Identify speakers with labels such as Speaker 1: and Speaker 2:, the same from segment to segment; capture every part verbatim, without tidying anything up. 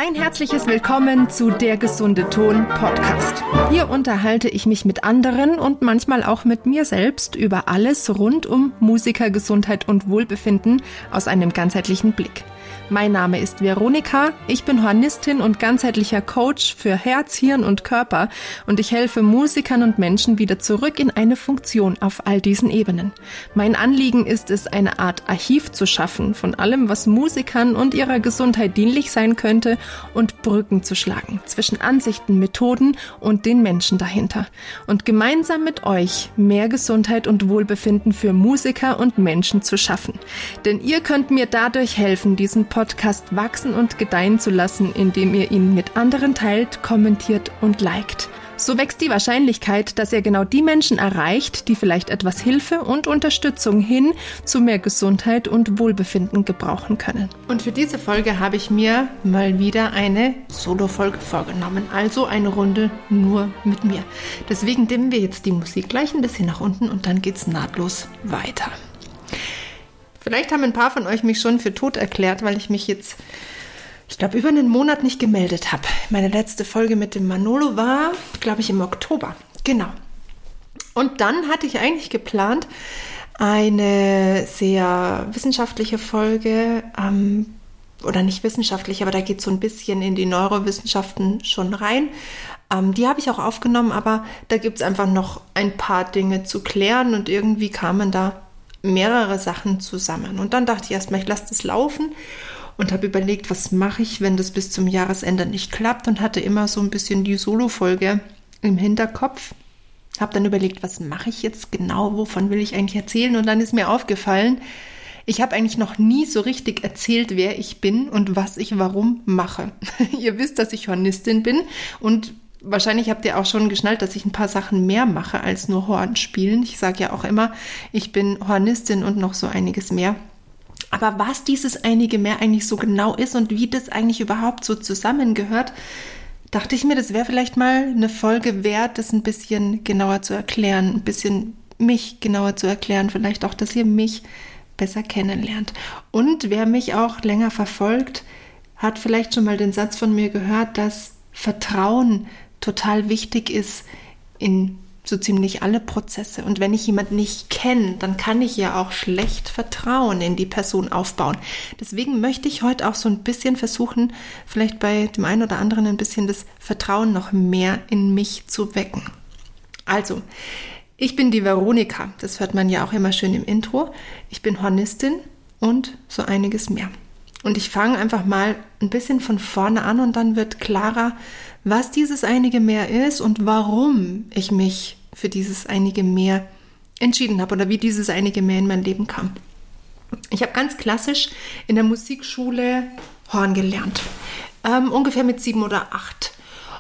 Speaker 1: Ein herzliches Willkommen zu Der gesunde Ton Podcast. Hier unterhalte ich mich mit anderen und manchmal auch mit mir selbst über alles rund um Musikergesundheit und Wohlbefinden aus einem ganzheitlichen Blick. Mein Name ist Veronika, ich bin Hornistin und ganzheitlicher Coach für Herz, Hirn und Körper und ich helfe Musikern und Menschen wieder zurück in eine Funktion auf all diesen Ebenen. Mein Anliegen ist es, eine Art Archiv zu schaffen von allem, was Musikern und ihrer Gesundheit dienlich sein könnte und Brücken zu schlagen zwischen Ansichten, Methoden und den Menschen dahinter. Und gemeinsam mit euch mehr Gesundheit und Wohlbefinden für Musiker und Menschen zu schaffen. Denn ihr könnt mir dadurch helfen, diesen Podcast wachsen und gedeihen zu lassen, indem ihr ihn mit anderen teilt, kommentiert und liked. So wächst die Wahrscheinlichkeit, dass ihr genau die Menschen erreicht, die vielleicht etwas Hilfe und Unterstützung hin zu mehr Gesundheit und Wohlbefinden gebrauchen können. Und für diese Folge habe ich mir mal wieder eine Solo-Folge vorgenommen, also eine Runde nur mit mir. Deswegen dimmen wir jetzt die Musik gleich ein bisschen nach unten und dann geht's nahtlos weiter. Vielleicht haben ein paar von euch mich schon für tot erklärt, weil ich mich jetzt, ich glaube, über einen Monat nicht gemeldet habe. Meine letzte Folge mit dem Manolo war, glaube ich, im Oktober. Genau. Und dann hatte ich eigentlich geplant, eine sehr wissenschaftliche Folge, ähm, oder nicht wissenschaftlich, aber da geht es so ein bisschen in die Neurowissenschaften schon rein. Ähm, die habe ich auch aufgenommen, aber da gibt es einfach noch ein paar Dinge zu klären und irgendwie kamen da mehrere Sachen zusammen. Und dann dachte ich erstmal, ich lasse das laufen und habe überlegt, was mache ich, wenn das bis zum Jahresende nicht klappt und hatte immer so ein bisschen die Solo-Folge im Hinterkopf. Habe dann überlegt, was mache ich jetzt genau, wovon will ich eigentlich erzählen? Und dann ist mir aufgefallen, ich habe eigentlich noch nie so richtig erzählt, wer ich bin und was ich warum mache. Ihr wisst, dass ich Hornistin bin und wahrscheinlich habt ihr auch schon geschnallt, dass ich ein paar Sachen mehr mache als nur Horn spielen. Ich sage ja auch immer, ich bin Hornistin und noch so einiges mehr. Aber was dieses einige mehr eigentlich so genau ist und wie das eigentlich überhaupt so zusammengehört, dachte ich mir, das wäre vielleicht mal eine Folge wert, das ein bisschen genauer zu erklären, ein bisschen mich genauer zu erklären, vielleicht auch, dass ihr mich besser kennenlernt. Und wer mich auch länger verfolgt, hat vielleicht schon mal den Satz von mir gehört, dass Vertrauen total wichtig ist in so ziemlich alle Prozesse. Und wenn ich jemanden nicht kenne, dann kann ich ja auch schlecht Vertrauen in die Person aufbauen. Deswegen möchte ich heute auch so ein bisschen versuchen, vielleicht bei dem einen oder anderen ein bisschen das Vertrauen noch mehr in mich zu wecken. Also, ich bin die Veronika. Das hört man ja auch immer schön im Intro. Ich bin Hornistin und so einiges mehr. Und ich fange einfach mal ein bisschen von vorne an und dann wird klarer, was dieses einige mehr ist und warum ich mich für dieses einige mehr entschieden habe oder wie dieses einige mehr in mein Leben kam. Ich habe ganz klassisch in der Musikschule Horn gelernt, ähm, ungefähr mit sieben oder acht.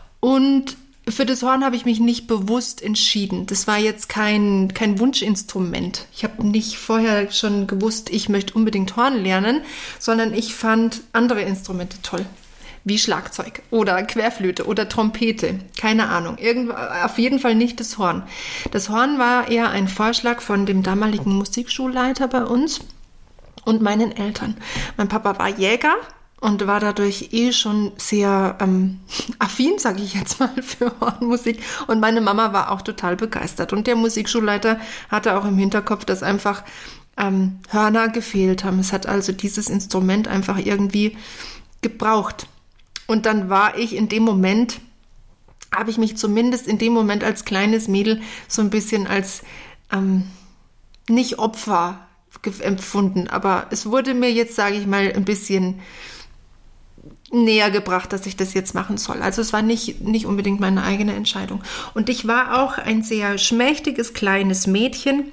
Speaker 1: Und für das Horn habe ich mich nicht bewusst entschieden. Das war jetzt kein, kein Wunschinstrument. Ich habe nicht vorher schon gewusst, ich möchte unbedingt Horn lernen, sondern ich fand andere Instrumente toll. Wie Schlagzeug oder Querflöte oder Trompete. Keine Ahnung. Irgend, auf jeden Fall nicht das Horn. Das Horn war eher ein Vorschlag von dem damaligen Musikschulleiter bei uns und meinen Eltern. Mein Papa war Jäger und war dadurch eh schon sehr ähm, affin, sage ich jetzt mal, für Hornmusik. Und meine Mama war auch total begeistert. Und der Musikschulleiter hatte auch im Hinterkopf, dass einfach ähm, Hörner gefehlt haben. Es hat also dieses Instrument einfach irgendwie gebraucht. Und dann war ich in dem Moment, habe ich mich zumindest in dem Moment als kleines Mädel so ein bisschen als ähm, nicht Opfer empfunden. Aber es wurde mir jetzt, sage ich mal, ein bisschen näher gebracht, dass ich das jetzt machen soll. Also es war nicht, nicht unbedingt meine eigene Entscheidung. Und ich war auch ein sehr schmächtiges, kleines Mädchen,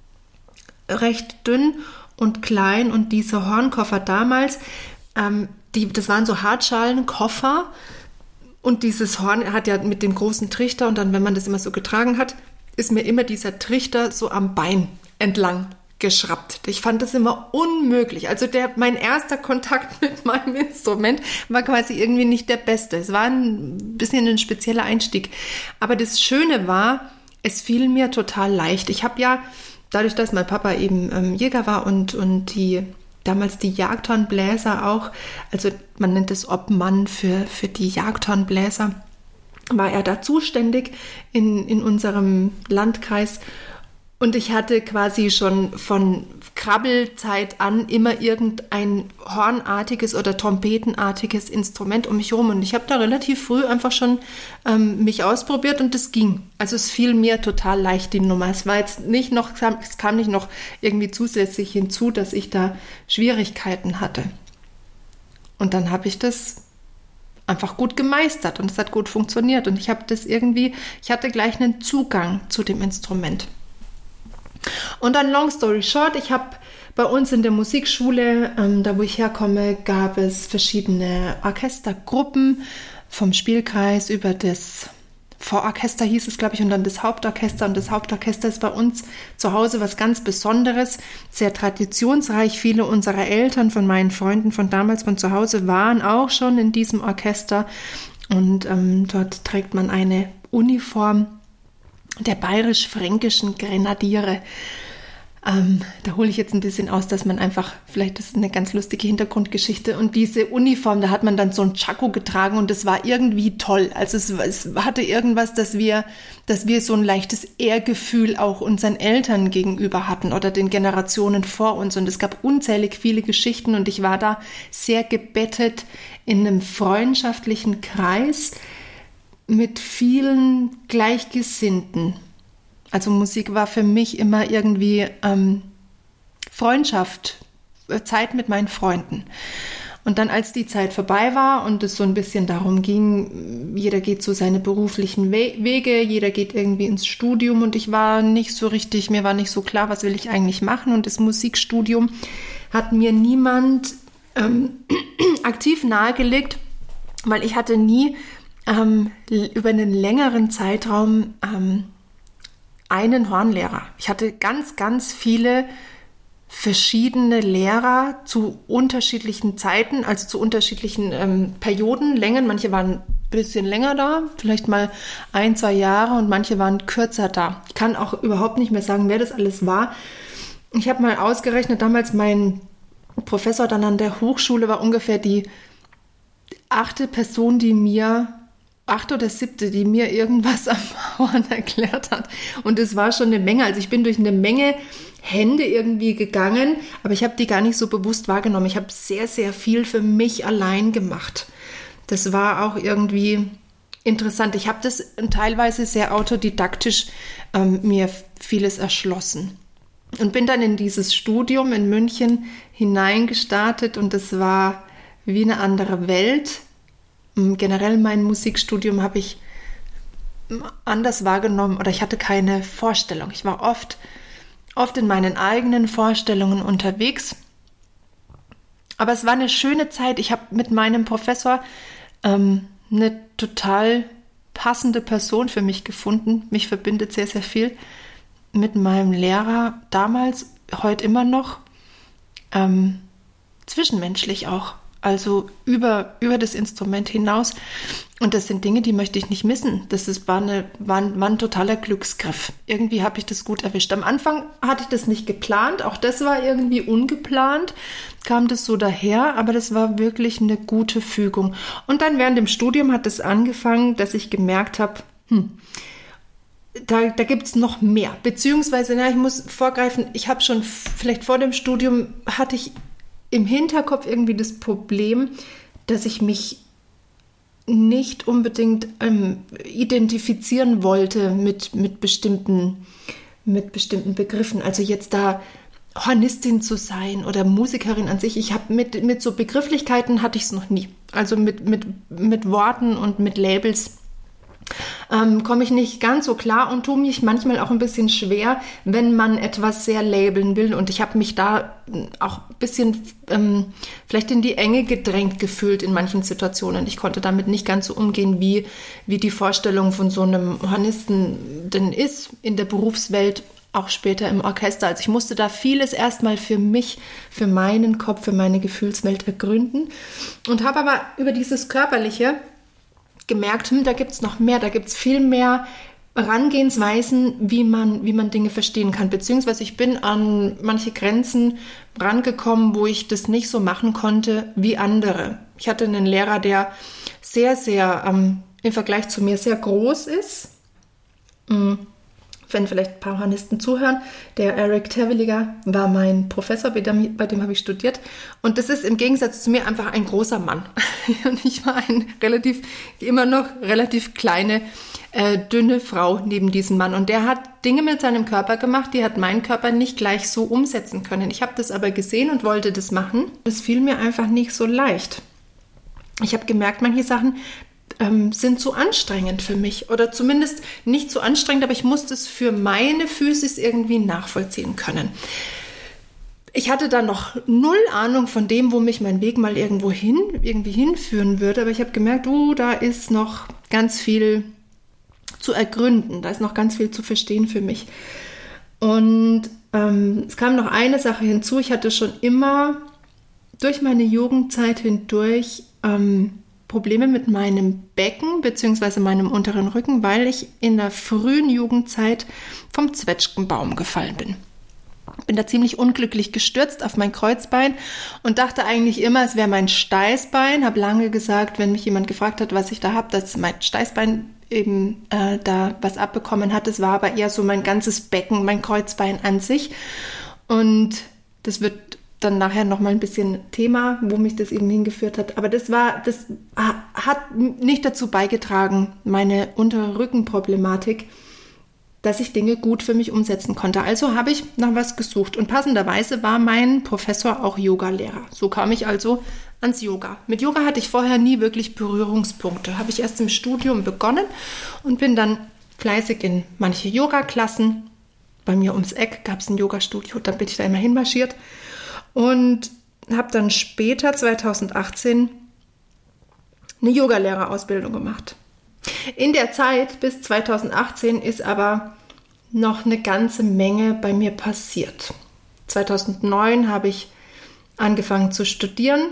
Speaker 1: recht dünn und klein. Und diese Hornkoffer damals, ähm, die, das waren so Hartschalenkoffer. Und dieses Horn hat ja mit dem großen Trichter und dann, wenn man das immer so getragen hat, ist mir immer dieser Trichter so am Bein entlang geschraubt. Ich fand das immer unmöglich. Also der, mein erster Kontakt mit meinem Instrument war quasi irgendwie nicht der beste. Es war ein bisschen ein spezieller Einstieg. Aber das Schöne war, es fiel mir total leicht. Ich habe ja, dadurch, dass mein Papa eben ähm, Jäger war und, und die damals die Jagdhornbläser auch, also man nennt es Obmann für, für die Jagdhornbläser, war er da zuständig in, in unserem Landkreis. Und ich hatte quasi schon von Krabbelzeit an immer irgendein hornartiges oder trompetenartiges Instrument um mich herum. Und ich habe da relativ früh einfach schon ähm, mich ausprobiert und es ging. Also es fiel mir total leicht, die Nummer. Es war jetzt nicht noch, es kam nicht noch irgendwie zusätzlich hinzu, dass ich da Schwierigkeiten hatte. Und dann habe ich das einfach gut gemeistert und es hat gut funktioniert. Und ich habe das irgendwie, ich hatte gleich einen Zugang zu dem Instrument. Und dann long story short, ich habe bei uns in der Musikschule, ähm, da wo ich herkomme, gab es verschiedene Orchestergruppen, vom Spielkreis über das Vororchester hieß es, glaube ich, und dann das Hauptorchester. Und das Hauptorchester ist bei uns zu Hause was ganz Besonderes, sehr traditionsreich. Viele unserer Eltern von meinen Freunden von damals von zu Hause waren auch schon in diesem Orchester. Und ähm, dort trägt man eine Uniform der bayerisch-fränkischen Grenadiere. Ähm, da hole ich jetzt ein bisschen aus, dass man einfach, vielleicht ist es eine ganz lustige Hintergrundgeschichte, und diese Uniform, da hat man dann so ein Tschako getragen und das war irgendwie toll. Also es, es hatte irgendwas, dass wir, dass wir so ein leichtes Ehrgefühl auch unseren Eltern gegenüber hatten oder den Generationen vor uns, und es gab unzählig viele Geschichten und ich war da sehr gebettet in einem freundschaftlichen Kreis mit vielen Gleichgesinnten. Also Musik war für mich immer irgendwie ähm, Freundschaft, Zeit mit meinen Freunden. Und dann, als die Zeit vorbei war und es so ein bisschen darum ging, jeder geht so seine beruflichen We- Wege, jeder geht irgendwie ins Studium, und ich war nicht so richtig, mir war nicht so klar, was will ich eigentlich machen, und das Musikstudium hat mir niemand ähm, aktiv nahegelegt, weil ich hatte nie Ähm, über einen längeren Zeitraum ähm, einen Hornlehrer. Ich hatte ganz, ganz viele verschiedene Lehrer zu unterschiedlichen Zeiten, also zu unterschiedlichen ähm, Perioden, Längen. Manche waren ein bisschen länger da, vielleicht mal ein, zwei Jahre, und manche waren kürzer da. Ich kann auch überhaupt nicht mehr sagen, wer das alles war. Ich habe mal ausgerechnet, damals mein Professor dann an der Hochschule war ungefähr die achte Person, die mir achte oder siebte, die mir irgendwas am Horn erklärt hat. Und es war schon eine Menge. Also ich bin durch eine Menge Hände irgendwie gegangen, aber ich habe die gar nicht so bewusst wahrgenommen. Ich habe sehr, sehr viel für mich allein gemacht. Das war auch irgendwie interessant. Ich habe das teilweise sehr autodidaktisch ähm, mir vieles erschlossen. Und bin dann in dieses Studium in München hineingestartet, und das war wie eine andere Welt. Generell mein Musikstudium habe ich anders wahrgenommen, oder ich hatte keine Vorstellung. Ich war oft, oft in meinen eigenen Vorstellungen unterwegs. Aber es war eine schöne Zeit. Ich habe mit meinem Professor ähm, eine total passende Person für mich gefunden. Mich verbindet sehr, sehr viel mit meinem Lehrer damals, heute immer noch, ähm, zwischenmenschlich auch. Also über, über das Instrument hinaus. Und das sind Dinge, die möchte ich nicht missen. Das ist, war, eine, war, ein, war ein totaler Glücksgriff. Irgendwie habe ich das gut erwischt. Am Anfang hatte ich das nicht geplant. Auch das war irgendwie ungeplant. Kam das so daher. Aber das war wirklich eine gute Fügung. Und dann während dem Studium hat es angefangen, dass ich gemerkt habe, hm, da, da gibt es noch mehr. Beziehungsweise, na, ich muss vorgreifen, ich habe schon, vielleicht vor dem Studium hatte ich im Hinterkopf irgendwie das Problem, dass ich mich nicht unbedingt ähm, identifizieren wollte mit, mit, bestimmten, mit bestimmten Begriffen. Also jetzt da Hornistin zu sein oder Musikerin an sich. Ich habe mit, mit so Begrifflichkeiten hatte ich es noch nie. Also mit, mit, mit Worten und mit Labels ähm, komme ich nicht ganz so klar und tue mich manchmal auch ein bisschen schwer, wenn man etwas sehr labeln will. Und ich habe mich da auch ein bisschen ähm, vielleicht in die Enge gedrängt gefühlt in manchen Situationen. Ich konnte damit nicht ganz so umgehen, wie, wie die Vorstellung von so einem Hornisten denn ist in der Berufswelt, auch später im Orchester. Also ich musste da vieles erstmal für mich, für meinen Kopf, für meine Gefühlswelt ergründen und habe aber über dieses Körperliche gemerkt, hm, da gibt es noch mehr, da gibt es viel mehr Herangehensweisen, wie man, wie man Dinge verstehen kann. Beziehungsweise ich bin an manche Grenzen rangekommen, wo ich das nicht so machen konnte wie andere. Ich hatte einen Lehrer, der sehr, sehr ähm, im Vergleich zu mir sehr groß ist. Mhm. Wenn vielleicht ein paar Hornisten zuhören, der Eric Terwilliger war mein Professor, bei dem, bei dem habe ich studiert. Und das ist im Gegensatz zu mir einfach ein großer Mann. Und ich war eine relativ, immer noch relativ kleine, äh, dünne Frau neben diesem Mann. Und der hat Dinge mit seinem Körper gemacht, die hat mein Körper nicht gleich so umsetzen können. Ich habe das aber gesehen und wollte das machen. Das fiel mir einfach nicht so leicht. Ich habe gemerkt, manche Sachen sind zu anstrengend für mich oder zumindest nicht so anstrengend, aber ich musste es für meine Physis irgendwie nachvollziehen können. Ich hatte da noch null Ahnung von dem, wo mich mein Weg mal irgendwo hin, irgendwie hinführen würde, aber ich habe gemerkt, oh, da ist noch ganz viel zu ergründen, da ist noch ganz viel zu verstehen für mich. Und ähm, es kam noch eine Sache hinzu, ich hatte schon immer durch meine Jugendzeit hindurch ähm, Probleme mit meinem Becken bzw. meinem unteren Rücken, weil ich in der frühen Jugendzeit vom Zwetschgenbaum gefallen bin. Bin da ziemlich unglücklich gestürzt auf mein Kreuzbein und dachte eigentlich immer, es wäre mein Steißbein. Habe lange gesagt, wenn mich jemand gefragt hat, was ich da habe, dass mein Steißbein eben äh, da was abbekommen hat. Es war aber eher so mein ganzes Becken, mein Kreuzbein an sich. Und das wird dann nachher nochmal ein bisschen Thema, wo mich das eben hingeführt hat. Aber das war, das hat nicht dazu beigetragen, meine untere Rückenproblematik, dass ich Dinge gut für mich umsetzen konnte. Also habe ich nach was gesucht. Und passenderweise war mein Professor auch Yoga-Lehrer. So kam ich also ans Yoga. Mit Yoga hatte ich vorher nie wirklich Berührungspunkte. Habe ich erst im Studium begonnen und bin dann fleißig in manche Yoga-Klassen. Bei mir ums Eck gab es ein Yoga-Studio, dann bin ich da immer hinmarschiert. Und habe dann später, zweitausendachtzehn, eine Yogalehrerausbildung gemacht. In der Zeit bis zweitausendachtzehn ist aber noch eine ganze Menge bei mir passiert. zweitausendneun habe ich angefangen zu studieren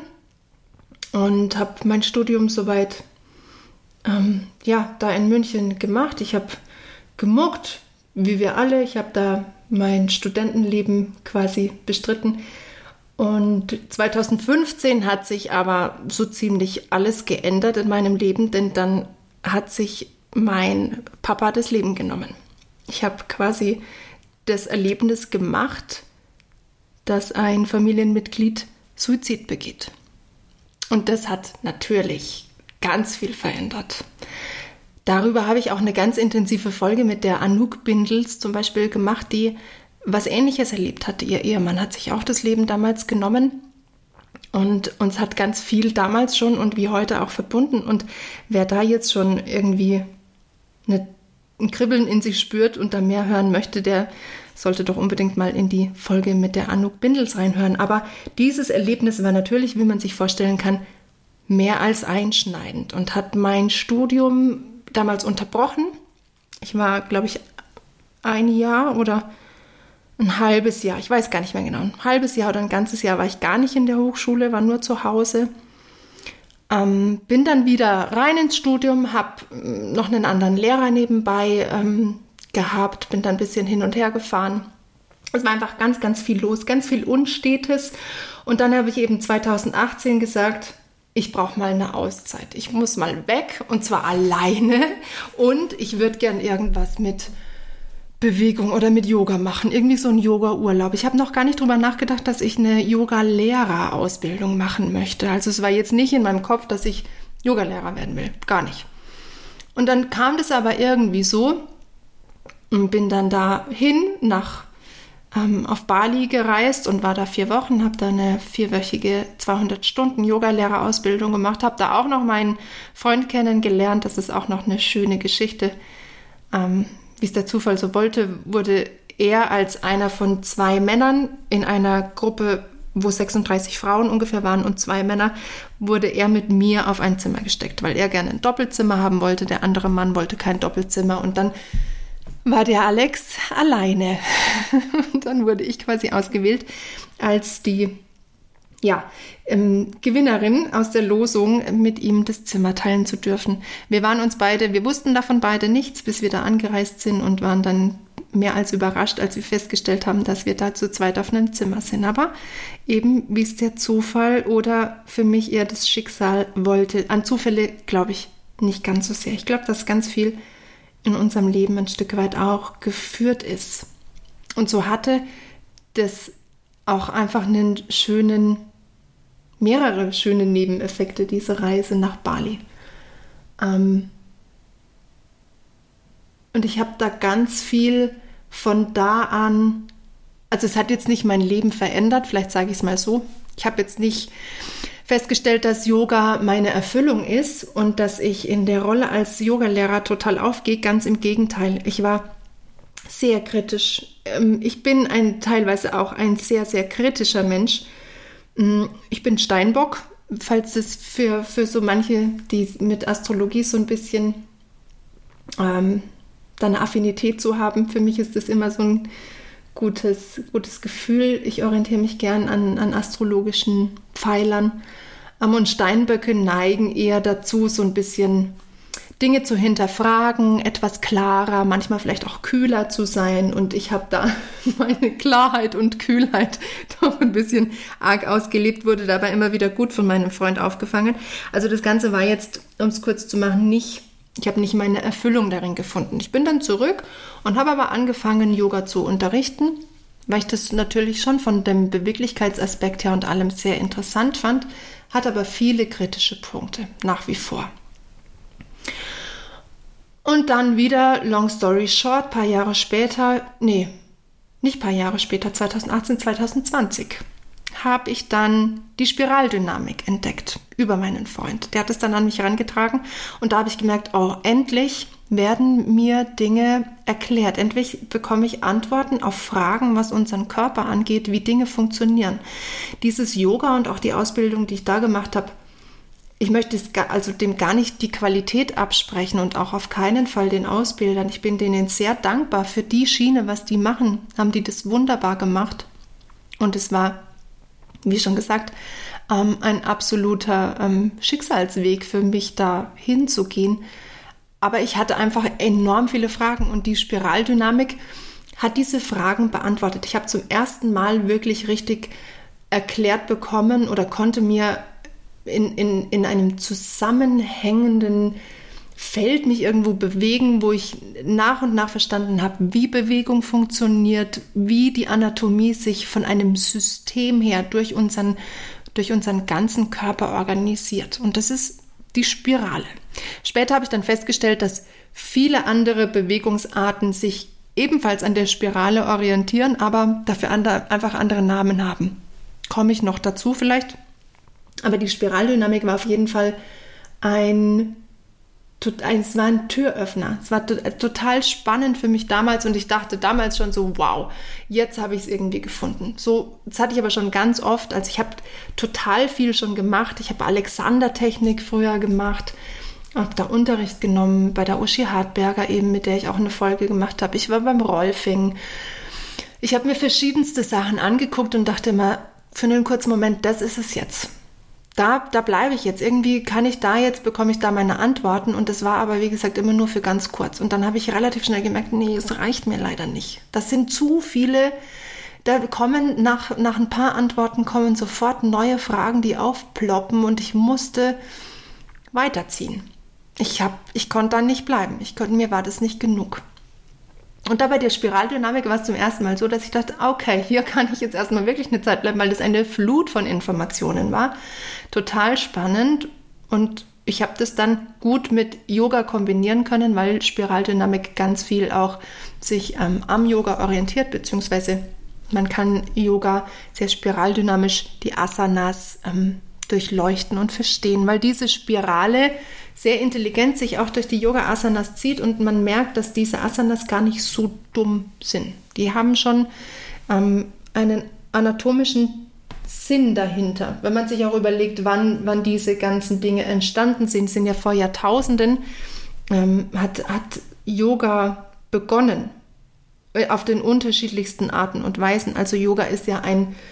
Speaker 1: und habe mein Studium soweit ähm, ja, da in München gemacht. Ich habe gemuckt, wie wir alle. Ich habe da mein Studentenleben quasi bestritten. Und zweitausendfünfzehn hat sich aber so ziemlich alles geändert in meinem Leben, denn dann hat sich mein Papa das Leben genommen. Ich habe quasi das Erlebnis gemacht, dass ein Familienmitglied Suizid begeht. Und das hat natürlich ganz viel verändert. Darüber habe ich auch eine ganz intensive Folge mit der Anouk Bindels zum Beispiel gemacht, die was Ähnliches erlebt hatte. Ihr Ehemann hat sich auch das Leben damals genommen und uns hat ganz viel damals schon und wie heute auch verbunden. Und wer da jetzt schon irgendwie eine, ein Kribbeln in sich spürt und da mehr hören möchte, der sollte doch unbedingt mal in die Folge mit der Anouk Bindels reinhören. Aber dieses Erlebnis war natürlich, wie man sich vorstellen kann, mehr als einschneidend und hat mein Studium damals unterbrochen. Ich war, glaube ich, ein Jahr oder ein halbes Jahr, ich weiß gar nicht mehr genau, ein halbes Jahr oder ein ganzes Jahr war ich gar nicht in der Hochschule, war nur zu Hause. Ähm, bin dann wieder rein ins Studium, habe noch einen anderen Lehrer nebenbei ähm, gehabt, bin dann ein bisschen hin und her gefahren. Es war einfach ganz, ganz viel los, ganz viel Unstetes. Und dann habe ich eben zweitausendachtzehn gesagt, ich brauche mal eine Auszeit. Ich muss mal weg und zwar alleine und ich würde gern irgendwas mit Bewegung oder mit Yoga machen, irgendwie so ein Yoga-Urlaub. Ich habe noch gar nicht drüber nachgedacht, dass ich eine Yoga-Lehrer-Ausbildung machen möchte. Also es war jetzt nicht in meinem Kopf, dass ich Yoga-Lehrer werden will, gar nicht. Und dann kam das aber irgendwie so und bin dann dahin nach ähm, auf Bali gereist und war da vier Wochen, habe da eine vierwöchige zweihundert Stunden Yoga-Lehrer-Ausbildung gemacht, habe da auch noch meinen Freund kennengelernt. Das ist auch noch eine schöne Geschichte. Ähm, Wie es der Zufall so wollte, wurde er als einer von zwei Männern in einer Gruppe, wo sechsunddreißig Frauen ungefähr waren und zwei Männer, wurde er mit mir auf ein Zimmer gesteckt, weil er gerne ein Doppelzimmer haben wollte. Der andere Mann wollte kein Doppelzimmer und dann war der Alex alleine. Und dann wurde ich quasi ausgewählt als die ja, ähm, Gewinnerin aus der Losung, mit ihm das Zimmer teilen zu dürfen. Wir waren uns beide, wir wussten davon beide nichts, bis wir da angereist sind und waren dann mehr als überrascht, als wir festgestellt haben, dass wir da zu zweit auf einem Zimmer sind. Aber eben, wie es der Zufall oder für mich eher das Schicksal wollte. An Zufälle glaube ich nicht ganz so sehr. Ich glaube, dass ganz viel in unserem Leben ein Stück weit auch geführt ist. Und so hatte das auch einfach einen schönen, mehrere schöne Nebeneffekte, diese Reise nach Bali. Ähm, Und ich habe da ganz viel von da an, also es hat jetzt nicht mein Leben verändert, vielleicht sage ich es mal so. Ich habe jetzt nicht festgestellt, dass Yoga meine Erfüllung ist und dass ich in der Rolle als Yogalehrer total aufgehe. Ganz im Gegenteil. Ich war sehr kritisch. Ich bin ein, teilweise auch ein sehr, sehr kritischer Mensch. Ich bin Steinbock, falls es für, für so manche, die mit Astrologie so ein bisschen ähm, da eine Affinität zu haben. Für mich ist das immer so ein gutes, gutes Gefühl. Ich orientiere mich gern an, an astrologischen Pfeilern. Und Steinböcke neigen eher dazu, so ein bisschen Dinge zu hinterfragen, etwas klarer, manchmal vielleicht auch kühler zu sein. Und ich habe da meine Klarheit und Kühlheit doch ein bisschen arg ausgelebt, wurde dabei immer wieder gut von meinem Freund aufgefangen. Also das Ganze war jetzt, um es kurz zu machen, nicht Ich habe nicht meine Erfüllung darin gefunden. Ich bin dann zurück und habe aber angefangen, Yoga zu unterrichten, weil ich das natürlich schon von dem Beweglichkeitsaspekt her und allem sehr interessant fand, hat aber viele kritische Punkte, nach wie vor. Und dann wieder, long story short, paar Jahre später, nee, nicht paar Jahre später, zwanzig achtzehn, zwanzig zwanzig, habe ich dann die Spiraldynamik entdeckt über meinen Freund. Der hat es dann an mich herangetragen und da habe ich gemerkt, oh, endlich werden mir Dinge erklärt. Endlich bekomme ich Antworten auf Fragen, was unseren Körper angeht, wie Dinge funktionieren. Dieses Yoga und auch die Ausbildung, die ich da gemacht habe, ich möchte es gar, also dem gar nicht die Qualität absprechen und auch auf keinen Fall den Ausbildern. Ich bin denen sehr dankbar für die Schiene, was die machen. Haben die das wunderbar gemacht. Und es war, wie schon gesagt, ähm, ein absoluter ähm, Schicksalsweg für mich, da hinzugehen. Aber ich hatte einfach enorm viele Fragen und die Spiraldynamik hat diese Fragen beantwortet. Ich habe zum ersten Mal wirklich richtig erklärt bekommen oder konnte mir in, in, in einem zusammenhängenden Feld mich irgendwo bewegen, wo ich nach und nach verstanden habe, wie Bewegung funktioniert, wie die Anatomie sich von einem System her durch unseren, durch unseren ganzen Körper organisiert. Und das ist die Spirale. Später habe ich dann festgestellt, dass viele andere Bewegungsarten sich ebenfalls an der Spirale orientieren, aber dafür andere, einfach andere Namen haben. Komme ich noch dazu vielleicht? Aber die Spiraldynamik war auf jeden Fall ein, es war ein Türöffner. Es war total spannend für mich damals und ich dachte damals schon so, wow, jetzt habe ich es irgendwie gefunden. So, das hatte ich aber schon ganz oft. Also ich habe total viel schon gemacht. Ich habe Alexander-Technik früher gemacht, habe da Unterricht genommen bei der Uschi Hartberger eben, mit der ich auch eine Folge gemacht habe. Ich war beim Rolfing. Ich habe mir verschiedenste Sachen angeguckt und dachte immer, für einen kurzen Moment, das ist es jetzt. Da, da bleibe ich jetzt. Irgendwie kann ich da jetzt, bekomme ich da meine Antworten. Und das war aber, wie gesagt, immer nur für ganz kurz. Und dann habe ich relativ schnell gemerkt, nee, es reicht mir leider nicht. Das sind zu viele. Da kommen nach, nach ein paar Antworten kommen sofort neue Fragen, die aufploppen. Und ich musste weiterziehen. Ich, hab, ich konnte da nicht bleiben. Ich konnte, mir war das nicht genug. Und da bei der Spiraldynamik war es zum ersten Mal so, dass ich dachte, okay, hier kann ich jetzt erstmal wirklich eine Zeit bleiben, weil das eine Flut von Informationen war. Total spannend und ich habe das dann gut mit Yoga kombinieren können, weil Spiraldynamik ganz viel auch sich ähm, am Yoga orientiert, beziehungsweise man kann Yoga sehr spiraldynamisch die Asanas ähm, durchleuchten und verstehen, weil diese Spirale sehr intelligent sich auch durch die Yoga-Asanas zieht und man merkt, dass diese Asanas gar nicht so dumm sind. Die haben schon ähm, einen anatomischen Sinn dahinter. Wenn man sich auch überlegt, wann, wann diese ganzen Dinge entstanden sind, sind ja vor Jahrtausenden, ähm, hat, hat Yoga begonnen, auf den unterschiedlichsten Arten und Weisen. Also Yoga ist ja ein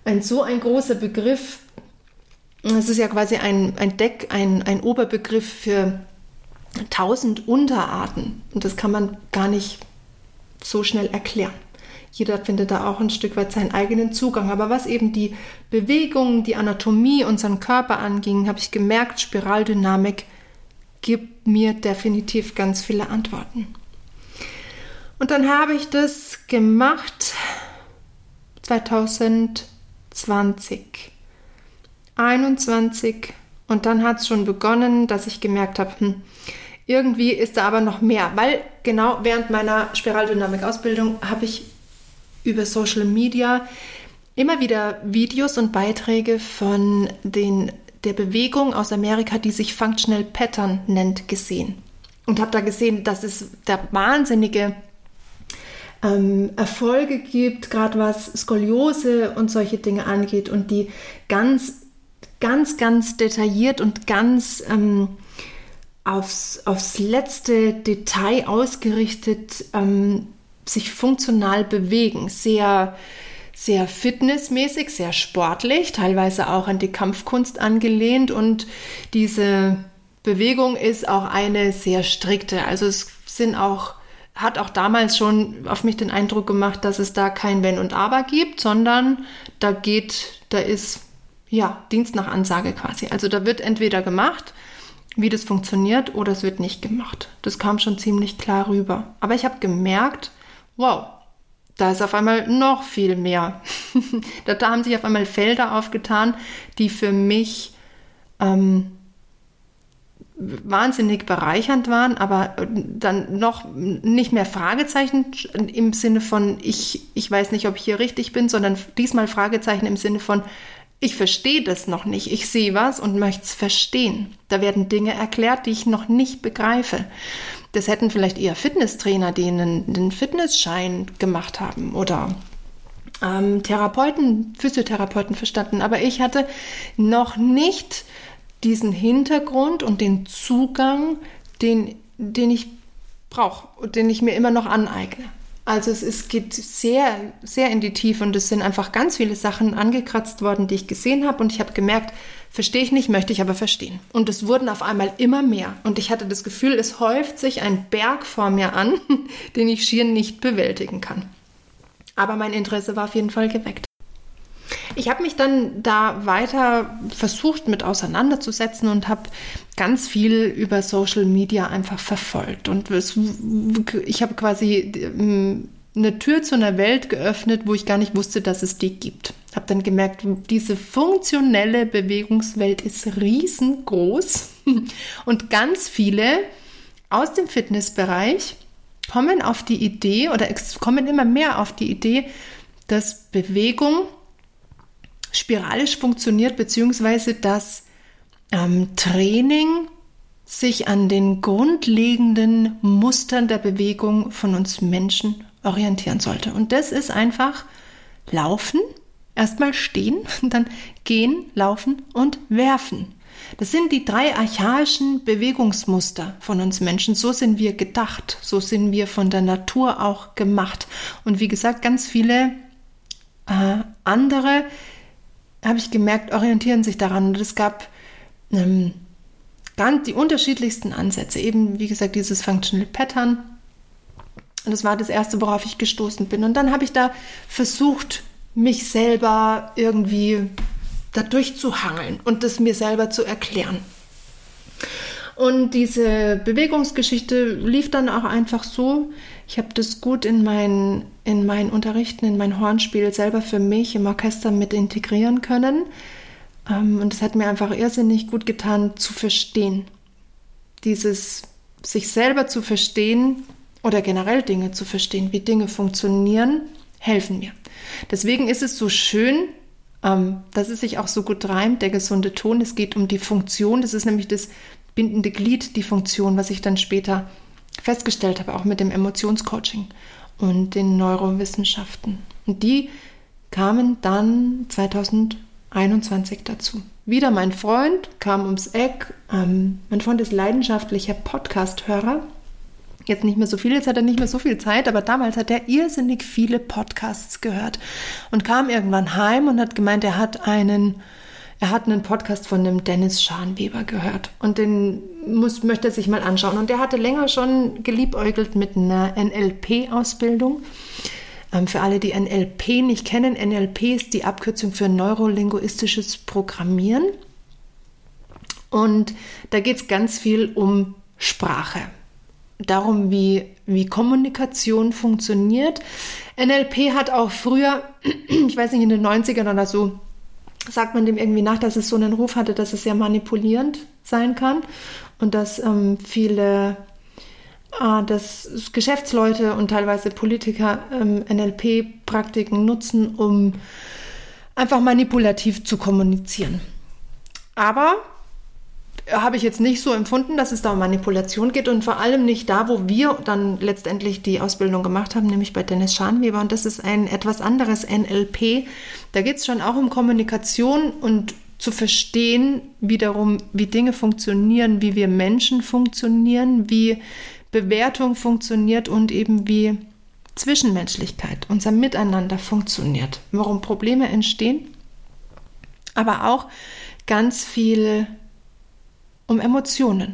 Speaker 1: ein so ein großer Begriff. Es ist ja quasi ein, ein Deck, ein, ein Oberbegriff für tausend Unterarten. Und das kann man gar nicht so schnell erklären. Jeder findet da auch ein Stück weit seinen eigenen Zugang. Aber was eben die Bewegung, die Anatomie, unseren Körper anging, habe ich gemerkt, Spiraldynamik gibt mir definitiv ganz viele Antworten. Und dann habe ich das gemacht zwanzig zwanzig, einundzwanzig und dann hat es schon begonnen, dass ich gemerkt habe, hm, irgendwie ist da aber noch mehr, weil genau während meiner Spiraldynamik-Ausbildung habe ich über Social Media immer wieder Videos und Beiträge von den, der Bewegung aus Amerika, die sich Functional Pattern nennt, gesehen. Und habe da gesehen, dass es da wahnsinnige ähm, Erfolge gibt, gerade was Skoliose und solche Dinge angeht und die ganz, ganz, ganz detailliert und ganz ähm, aufs, aufs letzte Detail ausgerichtet ähm, sich funktional bewegen, sehr, sehr fitnessmäßig, sehr sportlich, teilweise auch an die Kampfkunst angelehnt und diese Bewegung ist auch eine sehr strikte. Also es sind auch, hat auch damals schon auf mich den Eindruck gemacht, dass es da kein Wenn und Aber gibt, sondern da geht, da ist ja Dienst nach Ansage quasi. Also da wird entweder gemacht, wie das funktioniert, oder es wird nicht gemacht. Das kam schon ziemlich klar rüber. Aber ich habe gemerkt, wow, da ist auf einmal noch viel mehr. da, da haben sich auf einmal Felder aufgetan, die für mich ähm, wahnsinnig bereichernd waren, aber dann noch nicht mehr Fragezeichen im Sinne von, ich, ich weiß nicht, ob ich hier richtig bin, sondern diesmal Fragezeichen im Sinne von, ich verstehe das noch nicht. Ich sehe was und möchte es verstehen. Da werden Dinge erklärt, die ich noch nicht begreife. Das hätten vielleicht eher Fitnesstrainer, die einen, einen Fitnessschein gemacht haben oder ähm, Therapeuten, Physiotherapeuten verstanden. Aber ich hatte noch nicht diesen Hintergrund und den Zugang, den, den ich brauche und den ich mir immer noch aneigne. Also es, es geht sehr, sehr in die Tiefe und es sind einfach ganz viele Sachen angekratzt worden, die ich gesehen habe und ich habe gemerkt, verstehe ich nicht, möchte ich aber verstehen. Und es wurden auf einmal immer mehr und ich hatte das Gefühl, es häuft sich ein Berg vor mir an, den ich schier nicht bewältigen kann. Aber mein Interesse war auf jeden Fall geweckt. Ich habe mich dann da weiter versucht mit auseinanderzusetzen und habe ganz viel über Social Media einfach verfolgt. Und es, ich habe quasi eine Tür zu einer Welt geöffnet, wo ich gar nicht wusste, dass es die gibt. Habe dann gemerkt, diese funktionelle Bewegungswelt ist riesengroß und ganz viele aus dem Fitnessbereich kommen auf die Idee oder kommen immer mehr auf die Idee, dass Bewegung spiralisch funktioniert, beziehungsweise dass ähm, Training sich an den grundlegenden Mustern der Bewegung von uns Menschen orientieren sollte. Und das ist einfach Laufen, erstmal stehen, dann gehen, laufen und werfen. Das sind die drei archaischen Bewegungsmuster von uns Menschen. So sind wir gedacht, so sind wir von der Natur auch gemacht. Und wie gesagt, ganz viele äh, andere habe ich gemerkt, orientieren sich daran. Und es gab ähm, ganz die unterschiedlichsten Ansätze. Eben, wie gesagt, dieses Functional Pattern. Und das war das Erste, worauf ich gestoßen bin. Und dann habe ich da versucht, mich selber irgendwie da durchzuhangeln und das mir selber zu erklären. Und diese Bewegungsgeschichte lief dann auch einfach so. Ich habe das gut in mein, in mein Unterrichten, in mein Hornspiel selber für mich im Orchester mit integrieren können. Und es hat mir einfach irrsinnig gut getan, zu verstehen. Dieses sich selber zu verstehen oder generell Dinge zu verstehen, wie Dinge funktionieren, helfen mir. Deswegen ist es so schön, dass es sich auch so gut reimt, der gesunde Ton. Es geht um die Funktion, das ist nämlich das bindende Glied, die Funktion, was ich dann später festgestellt habe, auch mit dem Emotionscoaching und den Neurowissenschaften. Und die kamen dann zwanzig einundzwanzig dazu. Wieder mein Freund kam ums Eck. Ähm, mein Freund ist leidenschaftlicher Podcast-Hörer. Jetzt nicht mehr so viel, jetzt hat er nicht mehr so viel Zeit, aber damals hat er irrsinnig viele Podcasts gehört und kam irgendwann heim und hat gemeint, er hat einen, er hat einen Podcast von dem Dennis Scharnweber gehört und den muss, möchte er sich mal anschauen. Und er hatte länger schon geliebäugelt mit einer N L P-Ausbildung. Ähm, für alle, die N L P nicht kennen, N L P ist die Abkürzung für neurolinguistisches Programmieren. Und da geht es ganz viel um Sprache. Darum, wie, wie Kommunikation funktioniert. N L P hat auch früher, ich weiß nicht, in den neunzigern oder so, sagt man dem irgendwie nach, dass es so einen Ruf hatte, dass es sehr manipulierend sein kann und dass ähm, viele, äh, dass Geschäftsleute und teilweise Politiker ähm, N L P-Praktiken nutzen, um einfach manipulativ zu kommunizieren. Aber habe ich jetzt nicht so empfunden, dass es da um Manipulation geht und vor allem nicht da, wo wir dann letztendlich die Ausbildung gemacht haben, nämlich bei Dennis Scharnweber. Und das ist ein etwas anderes N L P. Da geht es schon auch um Kommunikation und zu verstehen wiederum, wie Dinge funktionieren, wie wir Menschen funktionieren, wie Bewertung funktioniert und eben wie Zwischenmenschlichkeit, unser Miteinander funktioniert, warum Probleme entstehen, aber auch ganz viel um Emotionen.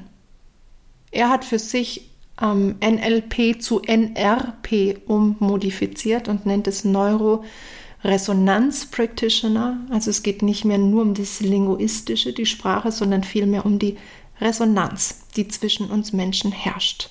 Speaker 1: Er hat für sich ähm, N L P zu N R P ummodifiziert und nennt es Neuroresonanz Practitioner. Also es geht nicht mehr nur um das Linguistische, die Sprache, sondern vielmehr um die Resonanz, die zwischen uns Menschen herrscht.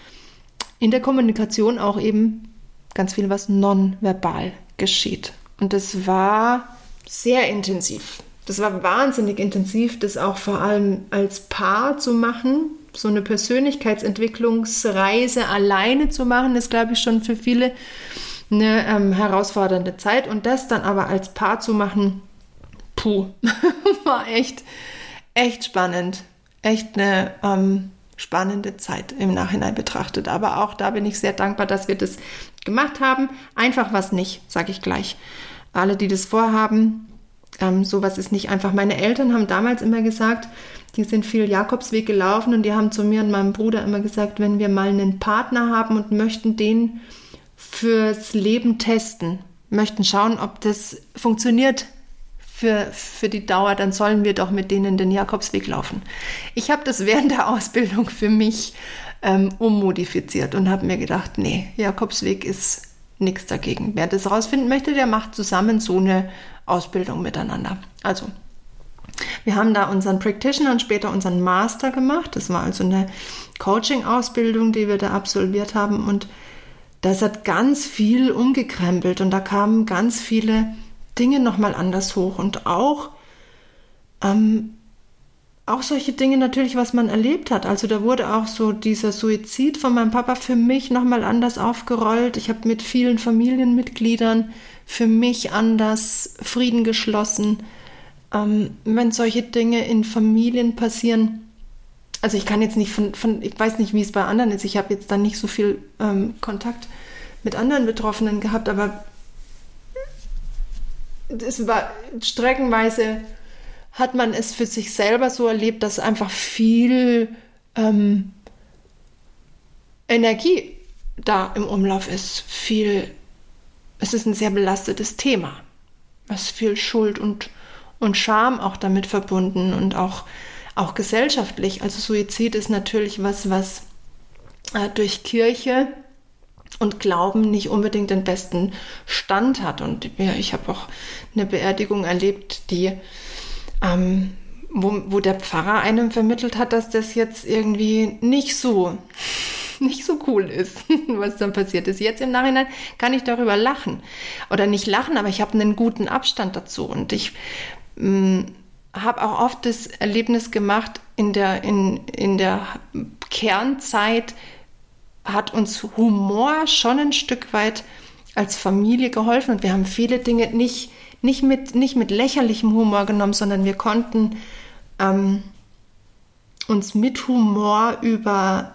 Speaker 1: In der Kommunikation auch eben ganz viel, was nonverbal geschieht. Und das war sehr intensiv. Das war wahnsinnig intensiv, das auch vor allem als Paar zu machen. So eine Persönlichkeitsentwicklungsreise alleine zu machen, ist, glaube ich, schon für viele eine ähm, herausfordernde Zeit. Und das dann aber als Paar zu machen, puh, war echt, echt spannend. Echt eine ähm, spannende Zeit im Nachhinein betrachtet. Aber auch da bin ich sehr dankbar, dass wir das gemacht haben. Einfach was nicht, sage ich gleich. Alle, die das vorhaben, Ähm, sowas ist nicht einfach. Meine Eltern haben damals immer gesagt, die sind viel Jakobsweg gelaufen und die haben zu mir und meinem Bruder immer gesagt, wenn wir mal einen Partner haben und möchten den fürs Leben testen, möchten schauen, ob das funktioniert für, für die Dauer, dann sollen wir doch mit denen den Jakobsweg laufen. Ich habe das während der Ausbildung für mich ähm, ummodifiziert und habe mir gedacht, nee, Jakobsweg ist nichts dagegen. Wer das rausfinden möchte, der macht zusammen so eine Ausbildung miteinander. Also, wir haben da unseren Practitioner und später unseren Master gemacht. Das war also eine Coaching-Ausbildung, die wir da absolviert haben. Und das hat ganz viel umgekrempelt und da kamen ganz viele Dinge nochmal anders hoch. Und auch, ähm, auch solche Dinge natürlich, was man erlebt hat. Also da wurde auch so dieser Suizid von meinem Papa für mich nochmal anders aufgerollt. Ich habe mit vielen Familienmitgliedern für mich anders Frieden geschlossen. Ähm, wenn solche Dinge in Familien passieren, also ich kann jetzt nicht von, von ich weiß nicht, wie es bei anderen ist, ich habe jetzt dann nicht so viel ähm, Kontakt mit anderen Betroffenen gehabt, aber es war streckenweise, hat man es für sich selber so erlebt, dass einfach viel ähm, Energie da im Umlauf ist, viel. Es ist ein sehr belastetes Thema. Es ist viel Schuld und, und Scham auch damit verbunden und auch, auch gesellschaftlich. Also Suizid ist natürlich was, was äh, durch Kirche und Glauben nicht unbedingt den besten Stand hat. Und ja, ich habe auch eine Beerdigung erlebt, die, ähm, wo, wo der Pfarrer einem vermittelt hat, dass das jetzt irgendwie nicht so nicht so cool ist, was dann passiert ist. Jetzt im Nachhinein kann ich darüber lachen. Oder nicht lachen, aber ich habe einen guten Abstand dazu. Und ich habe auch oft das Erlebnis gemacht, in der, in, in der Kernzeit hat uns Humor schon ein Stück weit als Familie geholfen. Und wir haben viele Dinge nicht, nicht, mit, nicht mit lächerlichem Humor genommen, sondern wir konnten ähm, uns mit Humor über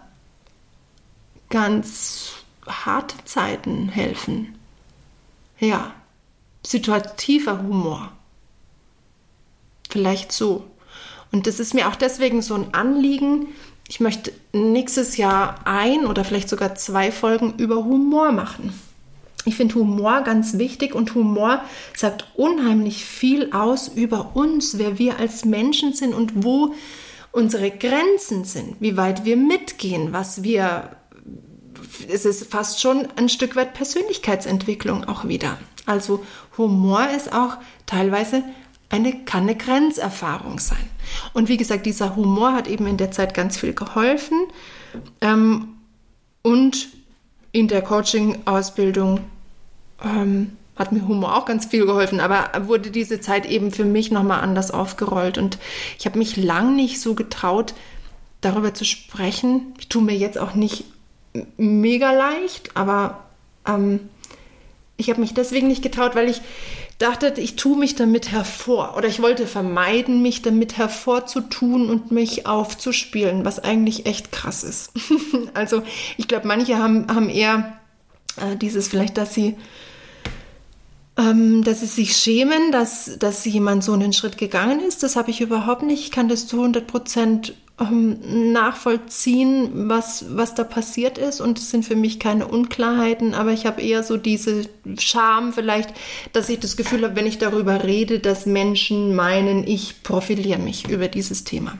Speaker 1: ganz harte Zeiten helfen. Ja, situativer Humor. Vielleicht so. Und das ist mir auch deswegen so ein Anliegen, ich möchte nächstes Jahr ein oder vielleicht sogar zwei Folgen über Humor machen. Ich finde Humor ganz wichtig und Humor sagt unheimlich viel aus über uns, wer wir als Menschen sind und wo unsere Grenzen sind, wie weit wir mitgehen, was wir, es ist fast schon ein Stück weit Persönlichkeitsentwicklung auch wieder. Also Humor ist auch teilweise eine, kann eine Grenzerfahrung sein. Und wie gesagt, dieser Humor hat eben in der Zeit ganz viel geholfen ähm, und in der Coaching-Ausbildung ähm, hat mir Humor auch ganz viel geholfen, aber wurde diese Zeit eben für mich nochmal anders aufgerollt und ich habe mich lang nicht so getraut, darüber zu sprechen. Ich tue mir jetzt auch nicht mega leicht, aber ähm, ich habe mich deswegen nicht getraut, weil ich dachte, ich tue mich damit hervor oder ich wollte vermeiden, mich damit hervorzutun und mich aufzuspielen, was eigentlich echt krass ist. Also ich glaube, manche haben, haben eher äh, dieses vielleicht, dass sie Ähm, dass sie sich schämen, dass, dass jemand so einen Schritt gegangen ist. Das habe ich überhaupt nicht. Ich kann das zu hundert Prozent ähm, nachvollziehen, was, was da passiert ist. Und es sind für mich keine Unklarheiten. Aber ich habe eher so diese Scham vielleicht, dass ich das Gefühl habe, wenn ich darüber rede, dass Menschen meinen, ich profiliere mich über dieses Thema.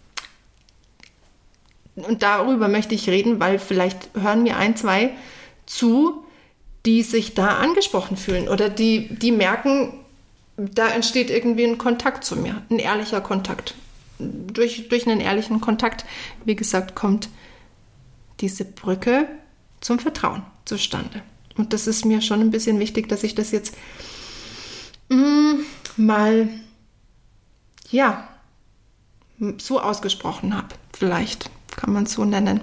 Speaker 1: Und darüber möchte ich reden, weil vielleicht hören mir ein, zwei zu, die sich da angesprochen fühlen oder die, die merken, da entsteht irgendwie ein Kontakt zu mir, ein ehrlicher Kontakt. Durch, durch einen ehrlichen Kontakt, wie gesagt, kommt diese Brücke zum Vertrauen zustande. Und das ist mir schon ein bisschen wichtig, dass ich das jetzt mm, mal, ja, so ausgesprochen habe. Vielleicht kann man es so nennen.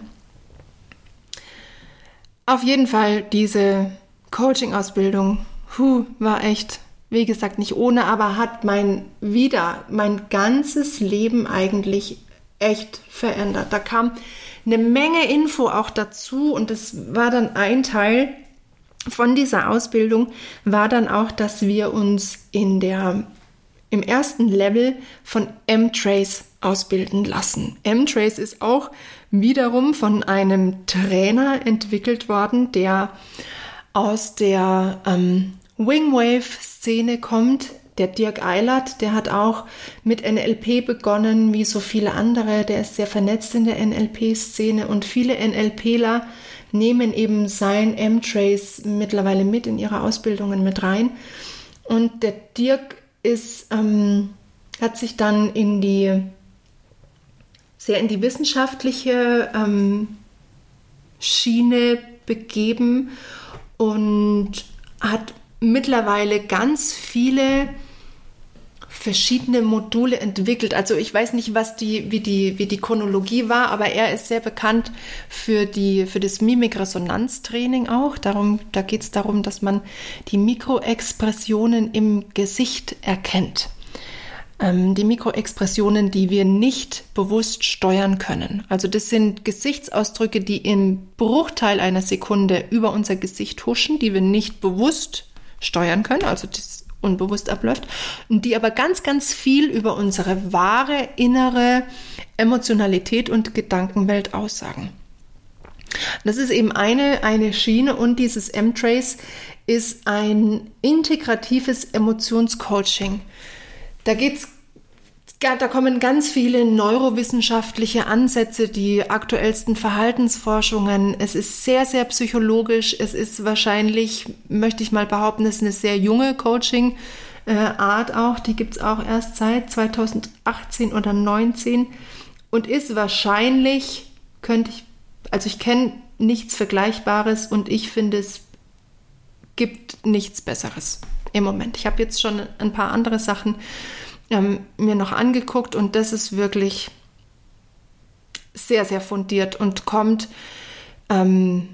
Speaker 1: Auf jeden Fall diese Coaching-Ausbildung, huh, war echt, wie gesagt, nicht ohne, aber hat mein wieder, mein ganzes Leben eigentlich echt verändert. Da kam eine Menge Info auch dazu und es war dann ein Teil von dieser Ausbildung, war dann auch, dass wir uns in der, im ersten Level von M-Trace ausbilden lassen. M-Trace ist auch wiederum von einem Trainer entwickelt worden, der aus der ähm, Wingwave-Szene kommt. Der Dirk Eilert, der hat auch mit N L P begonnen, wie so viele andere. Der ist sehr vernetzt in der N L P-Szene und viele NLPler nehmen eben sein M-Trace mittlerweile mit in ihre Ausbildungen mit rein. Und der Dirk ist, ähm, hat sich dann in die sehr in die wissenschaftliche ähm, Schiene begeben und hat mittlerweile ganz viele verschiedene Module entwickelt. Also ich weiß nicht, was die, wie die, wie die Chronologie war, aber er ist sehr bekannt für die, für das Mimikresonanztraining auch. Darum, da geht es darum, dass man die Mikroexpressionen im Gesicht erkennt. Die Mikroexpressionen, die wir nicht bewusst steuern können. Also das sind Gesichtsausdrücke, die im Bruchteil einer Sekunde über unser Gesicht huschen, die wir nicht bewusst steuern können, also das unbewusst abläuft, und die aber ganz, ganz viel über unsere wahre innere Emotionalität und Gedankenwelt aussagen. Das ist eben eine, eine Schiene und dieses M-Trace ist ein integratives Emotionscoaching. Da geht's, da kommen ganz viele neurowissenschaftliche Ansätze, die aktuellsten Verhaltensforschungen. Es ist sehr, sehr psychologisch. Es ist wahrscheinlich, möchte ich mal behaupten, es ist eine sehr junge Coaching-Art auch. Die gibt es auch erst seit zweitausendachtzehn oder neunzehn und ist wahrscheinlich, könnte ich, also ich kenne nichts Vergleichbares und ich finde, es gibt nichts Besseres im Moment. Ich habe jetzt schon ein paar andere Sachen ähm, mir noch angeguckt und das ist wirklich sehr, sehr fundiert und kommt, ähm,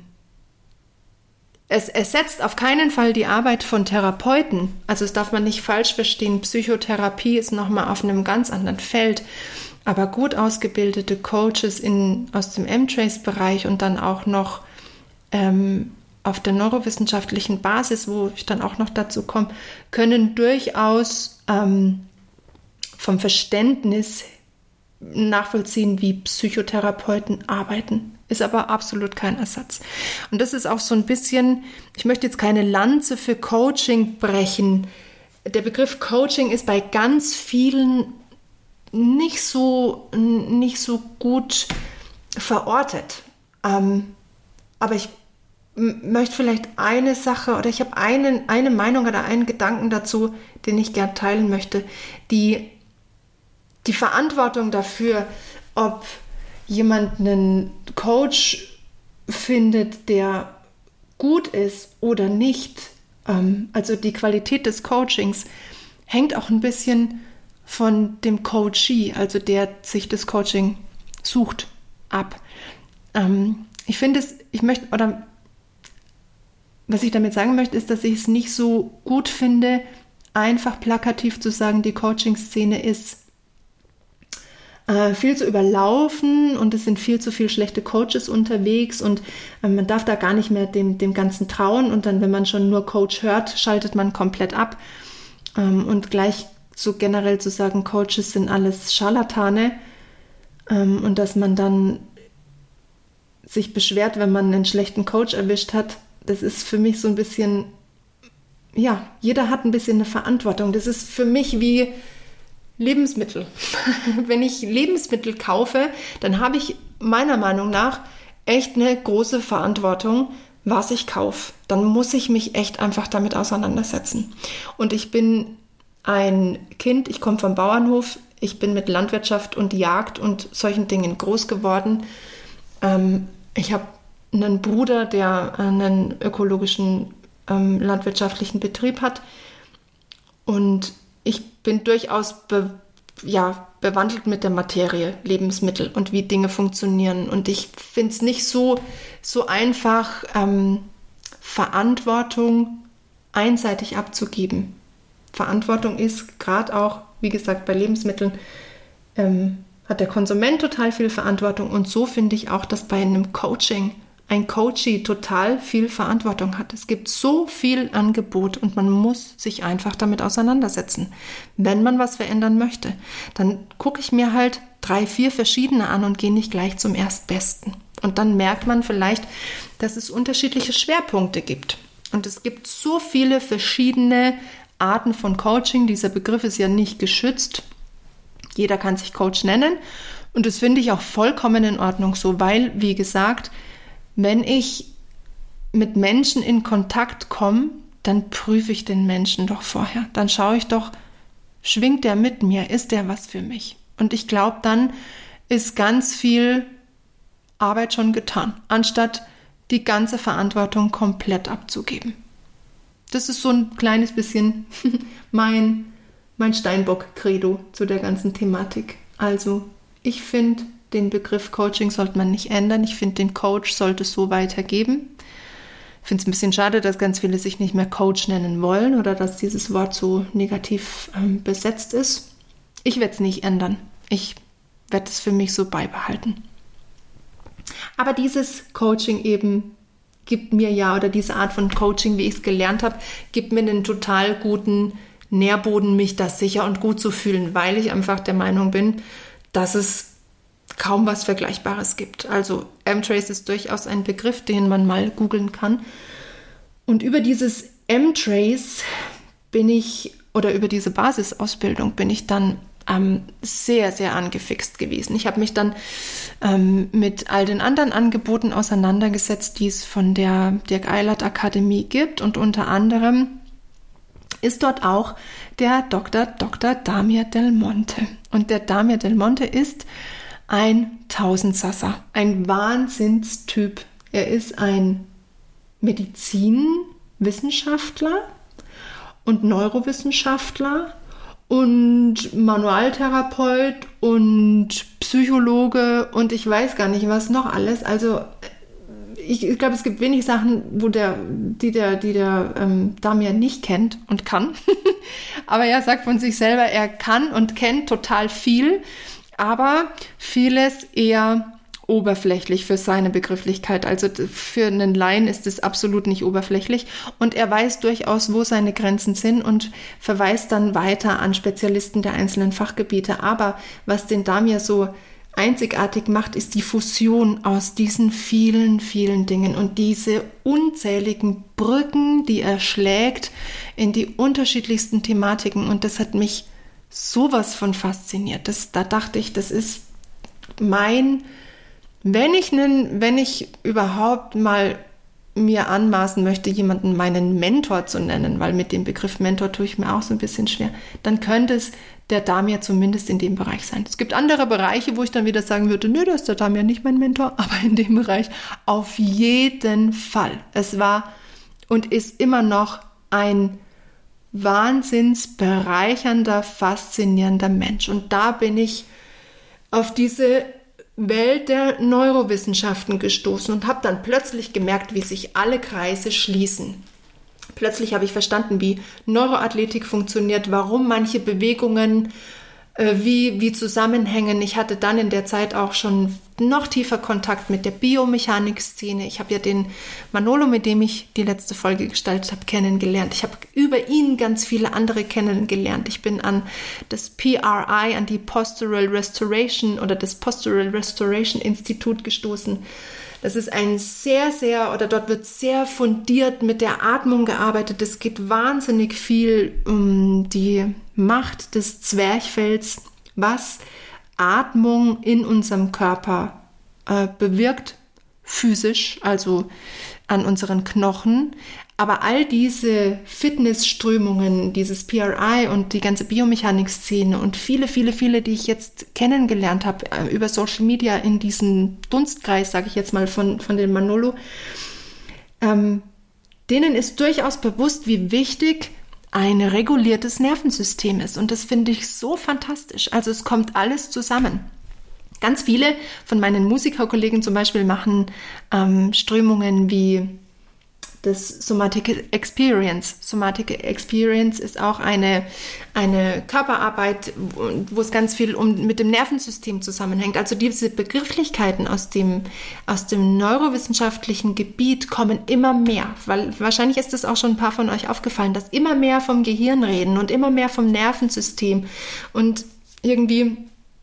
Speaker 1: es ersetzt auf keinen Fall die Arbeit von Therapeuten. Also das darf man nicht falsch verstehen. Psychotherapie ist nochmal auf einem ganz anderen Feld. Aber gut ausgebildete Coaches in, aus dem M-Trace-Bereich und dann auch noch ähm, auf der neurowissenschaftlichen Basis, wo ich dann auch noch dazu komme, können durchaus ähm, vom Verständnis nachvollziehen, wie Psychotherapeuten arbeiten. Ist aber absolut kein Ersatz. Und das ist auch so ein bisschen, ich möchte jetzt keine Lanze für Coaching brechen. Der Begriff Coaching ist bei ganz vielen nicht so, nicht so gut verortet. Ähm, aber ich m- möchte vielleicht eine Sache oder ich habe eine, eine Meinung oder einen Gedanken dazu, den ich gern teilen möchte. Die, die Verantwortung dafür, ob jemand einen Coach findet, der gut ist oder nicht, ähm, also die Qualität des Coachings, hängt auch ein bisschen von dem Coachee, also der sich das Coaching sucht, ab. Ähm, ich finde es, ich möchte, oder was ich damit sagen möchte, ist, dass ich es nicht so gut finde, einfach plakativ zu sagen, die Coaching-Szene ist viel zu überlaufen und es sind viel zu viele schlechte Coaches unterwegs und äh, man darf da gar nicht mehr dem, dem Ganzen trauen und dann, wenn man schon nur Coach hört, schaltet man komplett ab ähm, und gleich so generell zu sagen, Coaches sind alles Scharlatane ähm, und dass man dann sich beschwert, wenn man einen schlechten Coach erwischt hat, das ist für mich so ein bisschen, ja, jeder hat ein bisschen eine Verantwortung. Das ist für mich wie Lebensmittel. Wenn ich Lebensmittel kaufe, dann habe ich meiner Meinung nach echt eine große Verantwortung, was ich kaufe. Dann muss ich mich echt einfach damit auseinandersetzen. Und ich bin ein Kind, ich komme vom Bauernhof, ich bin mit Landwirtschaft und Jagd und solchen Dingen groß geworden. Ähm, ich habe einen Bruder, der einen ökologischen ähm, landwirtschaftlichen Betrieb hat und ich bin durchaus be, ja, bewandelt mit der Materie, Lebensmittel und wie Dinge funktionieren. Und ich finde es nicht so, so einfach, ähm, Verantwortung einseitig abzugeben. Verantwortung ist gerade auch, wie gesagt, bei Lebensmitteln ähm, hat der Konsument total viel Verantwortung. Und so finde ich auch, dass bei einem Coaching ein Coachee total viel Verantwortung hat. Es gibt so viel Angebot und man muss sich einfach damit auseinandersetzen. Wenn man was verändern möchte, dann gucke ich mir halt drei, vier verschiedene an und gehe nicht gleich zum Erstbesten. Und dann merkt man vielleicht, dass es unterschiedliche Schwerpunkte gibt. Und es gibt so viele verschiedene Arten von Coaching. Dieser Begriff ist ja nicht geschützt. Jeder kann sich Coach nennen. Und das finde ich auch vollkommen in Ordnung so, weil, wie gesagt, wenn ich mit Menschen in Kontakt komme, dann prüfe ich den Menschen doch vorher. Dann schaue ich doch, schwingt der mit mir? Ist der was für mich? Und ich glaube, dann ist ganz viel Arbeit schon getan, anstatt die ganze Verantwortung komplett abzugeben. Das ist so ein kleines bisschen mein, mein Steinbock-Credo zu der ganzen Thematik. Also, ich finde, den Begriff Coaching sollte man nicht ändern. Ich finde, den Coach sollte es so weitergeben. Ich finde es ein bisschen schade, dass ganz viele sich nicht mehr Coach nennen wollen oder dass dieses Wort so negativ ähm, besetzt ist. Ich werde es nicht ändern. Ich werde es für mich so beibehalten. Aber dieses Coaching eben gibt mir ja, oder diese Art von Coaching, wie ich es gelernt habe, gibt mir einen total guten Nährboden, mich da sicher und gut zu fühlen, weil ich einfach der Meinung bin, dass es kaum was Vergleichbares gibt. Also M-Trace ist durchaus ein Begriff, den man mal googeln kann. Und über dieses M-Trace bin ich, oder über diese Basisausbildung bin ich dann ähm, sehr, sehr angefixt gewesen. Ich habe mich dann ähm, mit all den anderen Angeboten auseinandergesetzt, die es von der Dirk Eilert Akademie gibt. Und unter anderem ist dort auch der Doktor Doktor Damir Del Monte. Und der Damir Del Monte ist ein Tausendsasser, ein Wahnsinnstyp. Er ist ein Medizinwissenschaftler und Neurowissenschaftler und Manualtherapeut und Psychologe und ich weiß gar nicht, was noch alles. Also ich, ich glaube, es gibt wenig Sachen, wo der, die der, die der ähm, Damir nicht kennt und kann. Aber er sagt von sich selber, er kann und kennt total viel. Aber vieles eher oberflächlich für seine Begrifflichkeit. Also für einen Laien ist es absolut nicht oberflächlich. Und er weiß durchaus, wo seine Grenzen sind und verweist dann weiter an Spezialisten der einzelnen Fachgebiete. Aber was den Damir so einzigartig macht, ist die Fusion aus diesen vielen, vielen Dingen und diese unzähligen Brücken, die er schlägt in die unterschiedlichsten Thematiken. Und das hat mich sowas von fasziniert. Das, da dachte ich, das ist mein... Wenn ich, nen, wenn ich überhaupt mal mir anmaßen möchte, jemanden meinen Mentor zu nennen, weil mit dem Begriff Mentor tue ich mir auch so ein bisschen schwer, dann könnte es der Damir zumindest in dem Bereich sein. Es gibt andere Bereiche, wo ich dann wieder sagen würde, nö, da ist der Damir nicht mein Mentor, aber in dem Bereich auf jeden Fall. Es war und ist immer noch ein wahnsinns bereichernder, faszinierender Mensch. Und da bin ich auf diese Welt der Neurowissenschaften gestoßen und habe dann plötzlich gemerkt, wie sich alle Kreise schließen. Plötzlich habe ich verstanden, wie Neuroathletik funktioniert, warum manche Bewegungen äh, wie, wie zusammenhängen. Ich hatte dann in der Zeit auch schon noch tiefer Kontakt mit der Biomechanik-Szene. Ich habe ja den Manolo, mit dem ich die letzte Folge gestaltet habe, kennengelernt. Ich habe über ihn ganz viele andere kennengelernt. Ich bin an das P R I, an die Postural Restoration oder das Postural Restoration Institut gestoßen. Das ist ein sehr, sehr, oder dort wird sehr fundiert mit der Atmung gearbeitet. Es geht wahnsinnig viel um die Macht des Zwerchfells, was Atmung in unserem Körper äh, bewirkt, physisch, also an unseren Knochen. Aber all diese Fitnessströmungen, dieses P R I und die ganze Biomechanik-Szene und viele, viele, viele, die ich jetzt kennengelernt habe äh, über Social Media in diesem Dunstkreis, sage ich jetzt mal, von, von dem Manolo, ähm, denen ist durchaus bewusst, wie wichtig ein reguliertes Nervensystem ist. Und das finde ich so fantastisch. Also es kommt alles zusammen. Ganz viele von meinen Musikerkollegen zum Beispiel machen ähm, Strömungen wie das Somatic Experience. Somatic Experience ist auch eine, eine Körperarbeit, wo es ganz viel um, mit dem Nervensystem zusammenhängt. Also diese Begrifflichkeiten aus dem, aus dem neurowissenschaftlichen Gebiet kommen immer mehr, weil wahrscheinlich ist es auch schon ein paar von euch aufgefallen, dass immer mehr vom Gehirn reden und immer mehr vom Nervensystem und irgendwie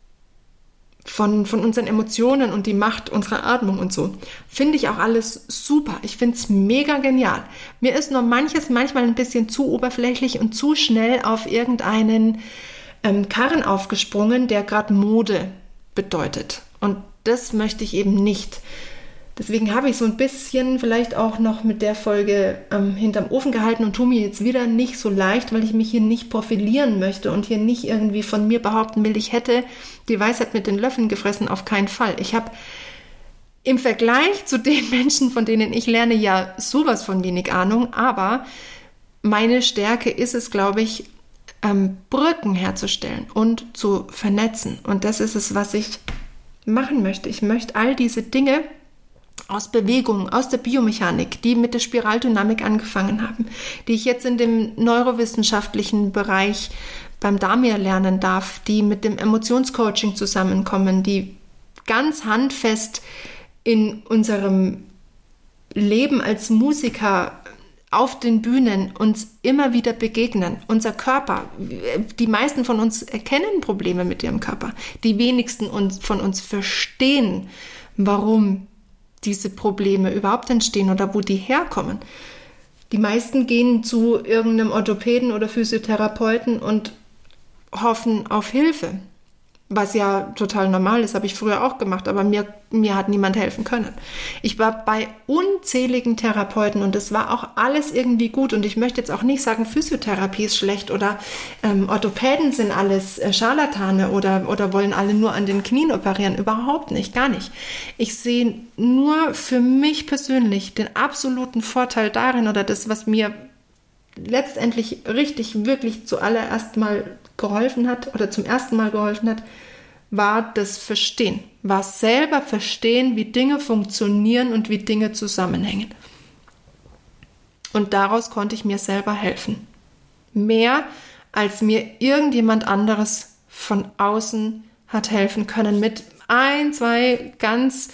Speaker 1: Von, von unseren Emotionen und die Macht unserer Atmung und so. Finde ich auch alles super. Ich finde es mega genial. Mir ist nur manches manchmal ein bisschen zu oberflächlich und zu schnell auf irgendeinen ähm, Karren aufgesprungen, der gerade Mode bedeutet. Und das möchte ich eben nicht. Deswegen habe ich so ein bisschen vielleicht auch noch mit der Folge ähm, hinterm Ofen gehalten und tue mir jetzt wieder nicht so leicht, weil ich mich hier nicht profilieren möchte und hier nicht irgendwie von mir behaupten will, ich hätte die Weisheit mit den Löffeln gefressen, auf keinen Fall. Ich habe im Vergleich zu den Menschen, von denen ich lerne, ja sowas von wenig Ahnung, aber meine Stärke ist es, glaube ich, ähm, Brücken herzustellen und zu vernetzen. Und das ist es, was ich machen möchte. Ich möchte all diese Dinge aus Bewegung, aus der Biomechanik, die mit der Spiraldynamik angefangen haben, die ich jetzt in dem neurowissenschaftlichen Bereich beim Damir lernen darf, die mit dem Emotionscoaching zusammenkommen, die ganz handfest in unserem Leben als Musiker auf den Bühnen uns immer wieder begegnen. Unser Körper, die meisten von uns erkennen Probleme mit ihrem Körper. Die wenigsten von uns verstehen, warum diese Probleme überhaupt entstehen oder wo die herkommen. Die meisten gehen zu irgendeinem Orthopäden oder Physiotherapeuten und hoffen auf Hilfe, was ja total normal ist, habe ich früher auch gemacht, aber mir, mir hat niemand helfen können. Ich war bei unzähligen Therapeuten und es war auch alles irgendwie gut und ich möchte jetzt auch nicht sagen, Physiotherapie ist schlecht oder ähm, Orthopäden sind alles äh, Scharlatane oder, oder wollen alle nur an den Knien operieren. Überhaupt nicht, gar nicht. Ich sehe nur für mich persönlich den absoluten Vorteil darin oder das, was mir letztendlich richtig, wirklich zuallererst mal geholfen hat oder zum ersten Mal geholfen hat, war das Verstehen. War selber verstehen, wie Dinge funktionieren und wie Dinge zusammenhängen. Und daraus konnte ich mir selber helfen. Mehr als mir irgendjemand anderes von außen hat helfen können mit ein, zwei ganz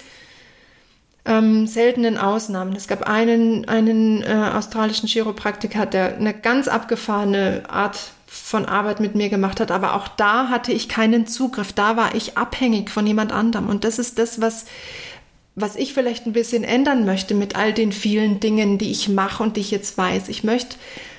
Speaker 1: ähm, seltenen Ausnahmen. Es gab einen, einen äh, australischen Chiropraktiker, der eine ganz abgefahrene Art von Arbeit mit mir gemacht hat, aber auch da hatte ich keinen Zugriff. Da war ich abhängig von jemand anderem. Und das ist das, was, was ich vielleicht ein bisschen ändern möchte mit all den vielen Dingen, die ich mache und die ich jetzt weiß. Ich möchte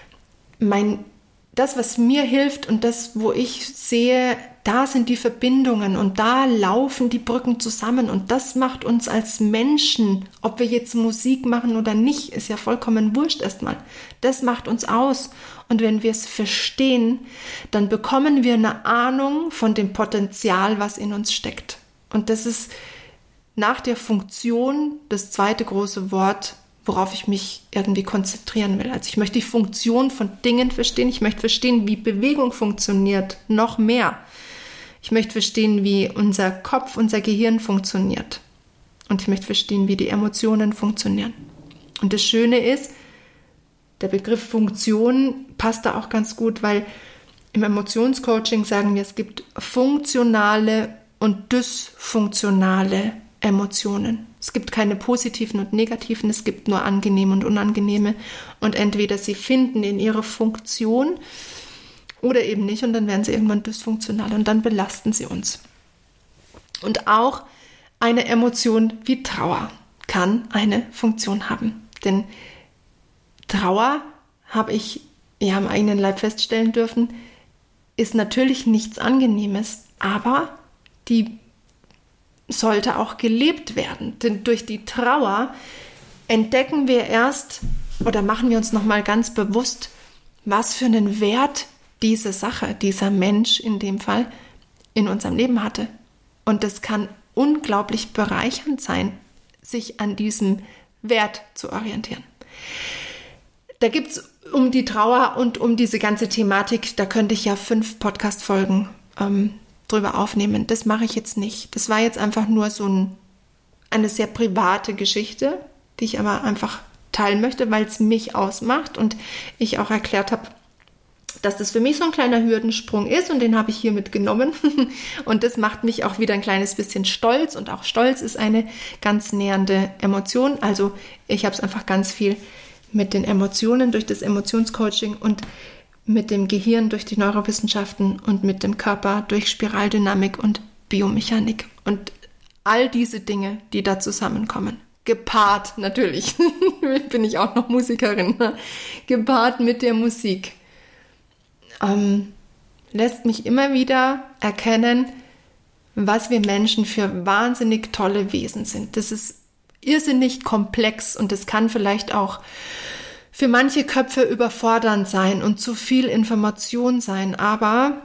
Speaker 1: mein, das, was mir hilft und das, wo ich sehe, da sind die Verbindungen und da laufen die Brücken zusammen und das macht uns als Menschen, ob wir jetzt Musik machen oder nicht, ist ja vollkommen wurscht erstmal. Das macht uns aus und wenn wir es verstehen, dann bekommen wir eine Ahnung von dem Potenzial, was in uns steckt. Und das ist nach der Funktion das zweite große Wort, worauf ich mich irgendwie konzentrieren will. Also ich möchte die Funktion von Dingen verstehen, ich möchte verstehen, wie Bewegung funktioniert, noch mehr. Ich möchte verstehen, wie unser Kopf, unser Gehirn funktioniert. Und ich möchte verstehen, wie die Emotionen funktionieren. Und das Schöne ist, der Begriff Funktion passt da auch ganz gut, weil im Emotionscoaching sagen wir, es gibt funktionale und dysfunktionale Emotionen. Es gibt keine positiven und negativen, es gibt nur angenehme und unangenehme. Und entweder sie finden in ihre Funktion oder eben nicht und dann werden sie irgendwann dysfunktional und dann belasten sie uns. Und auch eine Emotion wie Trauer kann eine Funktion haben. Denn Trauer, habe ich ja am eigenen Leib feststellen dürfen, ist natürlich nichts Angenehmes, aber die sollte auch gelebt werden. Denn durch die Trauer entdecken wir erst oder machen wir uns nochmal ganz bewusst, was für einen Wert diese Sache, dieser Mensch in dem Fall, in unserem Leben hatte. Und das kann unglaublich bereichernd sein, sich an diesem Wert zu orientieren. Da gibt es um die Trauer und um diese ganze Thematik, da könnte ich ja fünf Podcast-Folgen ähm, drüber aufnehmen. Das mache ich jetzt nicht. Das war jetzt einfach nur so ein, eine sehr private Geschichte, die ich aber einfach teilen möchte, weil es mich ausmacht und ich auch erklärt habe, dass das für mich so ein kleiner Hürdensprung ist und den habe ich hier mitgenommen und das macht mich auch wieder ein kleines bisschen stolz und auch Stolz ist eine ganz nähernde Emotion. Also ich habe es einfach ganz viel mit den Emotionen durch das Emotionscoaching und mit dem Gehirn durch die Neurowissenschaften und mit dem Körper durch Spiraldynamik und Biomechanik und all diese Dinge, die da zusammenkommen. Gepaart, natürlich, bin ich auch noch Musikerin, ne? Gepaart mit der Musik, ähm, lässt mich immer wieder erkennen, was wir Menschen für wahnsinnig tolle Wesen sind. Das ist irrsinnig komplex und das kann vielleicht auch für manche Köpfe überfordernd sein und zu viel Information sein, aber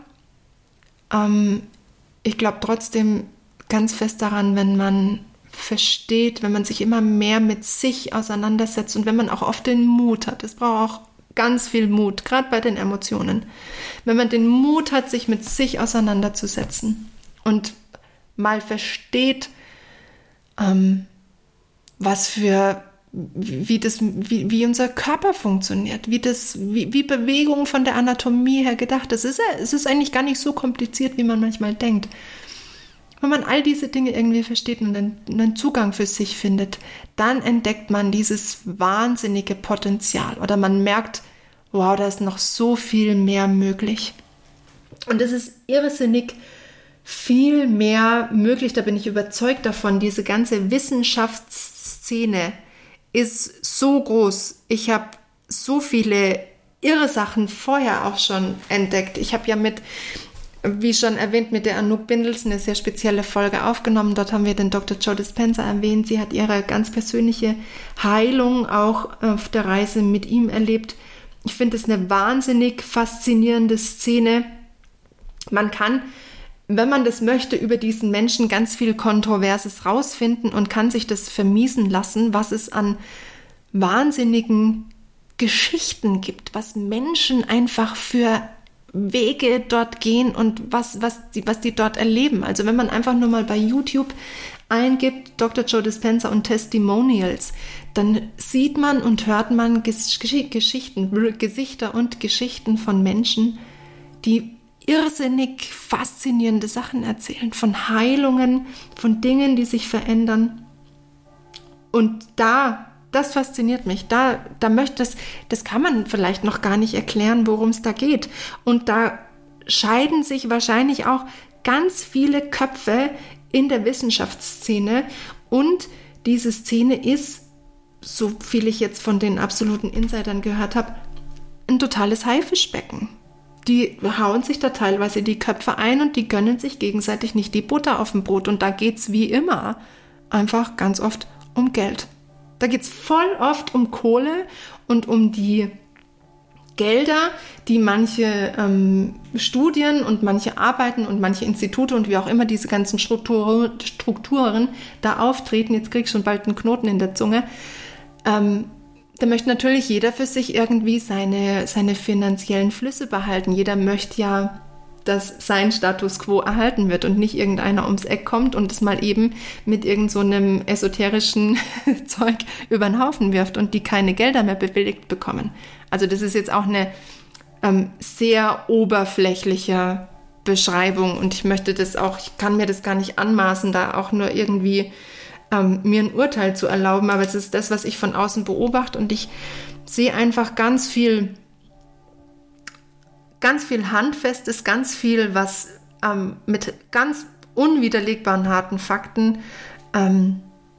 Speaker 1: ähm, ich glaube trotzdem ganz fest daran, wenn man versteht, wenn man sich immer mehr mit sich auseinandersetzt und wenn man auch oft den Mut hat, es braucht auch ganz viel Mut, gerade bei den Emotionen, wenn man den Mut hat, sich mit sich auseinanderzusetzen und mal versteht, ähm, was für Wie, das, wie, wie unser Körper funktioniert, wie, das, wie, wie Bewegung von der Anatomie her gedacht ist. Es ist, es ist eigentlich gar nicht so kompliziert, wie man manchmal denkt. Wenn man all diese Dinge irgendwie versteht und einen, einen Zugang für sich findet, dann entdeckt man dieses wahnsinnige Potenzial oder man merkt, wow, da ist noch so viel mehr möglich. Und es ist irrsinnig viel mehr möglich, da bin ich überzeugt davon, diese ganze Wissenschaftsszene ist so groß. Ich habe so viele irre Sachen vorher auch schon entdeckt. Ich habe ja mit, wie schon erwähnt, mit der Anouk Bindels eine sehr spezielle Folge aufgenommen. Dort haben wir den Doktor Joe Dispenza erwähnt. Sie hat ihre ganz persönliche Heilung auch auf der Reise mit ihm erlebt. Ich finde es eine wahnsinnig faszinierende Szene. Man kann, wenn man das möchte, über diesen Menschen ganz viel Kontroverses rausfinden und kann sich das vermiesen lassen, was es an wahnsinnigen Geschichten gibt, was Menschen einfach für Wege dort gehen und was, was, die, was die dort erleben. Also wenn man einfach nur mal bei YouTube eingibt, Doktor Joe Dispenza und Testimonials, dann sieht man und hört man Gesch- Geschichten, Gesichter und Geschichten von Menschen, die irrsinnig faszinierende Sachen erzählen, von Heilungen, von Dingen, die sich verändern. Und da, das fasziniert mich, da, da möchte es, das kann man vielleicht noch gar nicht erklären, worum es da geht. Und da scheiden sich wahrscheinlich auch ganz viele Köpfe in der Wissenschaftsszene. Und diese Szene ist, so viel ich jetzt von den absoluten Insidern gehört habe, ein totales Haifischbecken. Die hauen sich da teilweise die Köpfe ein und die gönnen sich gegenseitig nicht die Butter auf dem Brot. Und da geht es wie immer einfach ganz oft um Geld. Da geht es voll oft um Kohle und um die Gelder, die manche ähm, Studien und manche Arbeiten und manche Institute und wie auch immer diese ganzen Struktur, Strukturen da auftreten. Jetzt krieg ich schon bald einen Knoten in der Zunge. Ähm, Da möchte natürlich jeder für sich irgendwie seine, seine finanziellen Flüsse behalten. Jeder möchte ja, dass sein Status quo erhalten wird und nicht irgendeiner ums Eck kommt und es mal eben mit irgend so einem esoterischen Zeug über den Haufen wirft und die keine Gelder mehr bewilligt bekommen. Also das ist jetzt auch eine ähm, sehr oberflächliche Beschreibung und ich möchte das auch, ich kann mir das gar nicht anmaßen, da auch nur irgendwie Ähm, mir ein Urteil zu erlauben, aber es ist das, was ich von außen beobachte und ich sehe einfach ganz viel, ganz viel Handfestes, ganz viel, was ähm, mit ganz unwiderlegbaren harten Fakten ähm,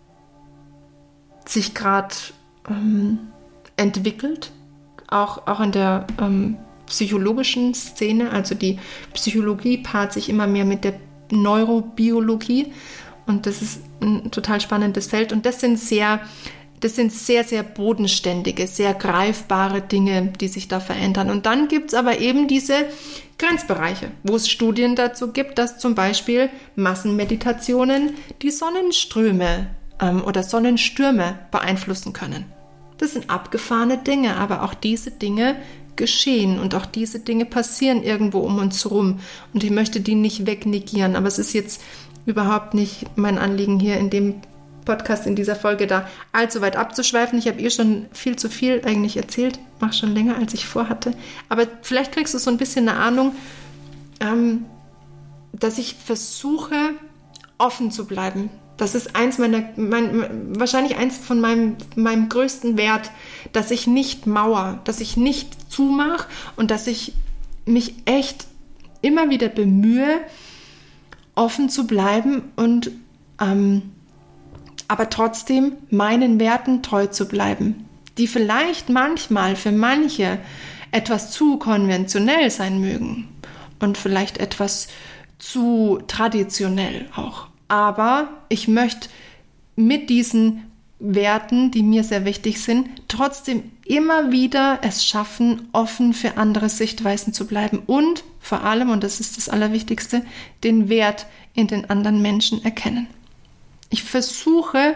Speaker 1: sich gerade ähm, entwickelt, auch, auch in der ähm, psychologischen Szene, also die Psychologie paart sich immer mehr mit der Neurobiologie. Und das ist ein total spannendes Feld. Und das sind sehr, das sind sehr, sehr bodenständige, sehr greifbare Dinge, die sich da verändern. Und dann gibt es aber eben diese Grenzbereiche, wo es Studien dazu gibt, dass zum Beispiel Massenmeditationen die Sonnenströme ähm, oder Sonnenstürme beeinflussen können. Das sind abgefahrene Dinge, aber auch diese Dinge geschehen und auch diese Dinge passieren irgendwo um uns herum. Und ich möchte die nicht wegnegieren, aber es ist jetzt überhaupt nicht mein Anliegen hier in dem Podcast, in dieser Folge da allzu weit abzuschweifen. Ich habe eh schon viel zu viel eigentlich erzählt, mache schon länger, als ich vorhatte. Aber vielleicht kriegst du so ein bisschen eine Ahnung, ähm, dass ich versuche, offen zu bleiben. Das ist eins meiner, mein, wahrscheinlich eins von meinem, meinem größten Wert, dass ich nicht mauer, dass ich nicht zumache und dass ich mich echt immer wieder bemühe, offen zu bleiben und ähm, aber trotzdem meinen Werten treu zu bleiben, die vielleicht manchmal für manche etwas zu konventionell sein mögen und vielleicht etwas zu traditionell auch. Aber ich möchte mit diesen Werten, die mir sehr wichtig sind, trotzdem immer wieder es schaffen, offen für andere Sichtweisen zu bleiben und vor allem, und das ist das Allerwichtigste, den Wert in den anderen Menschen erkennen. Ich versuche,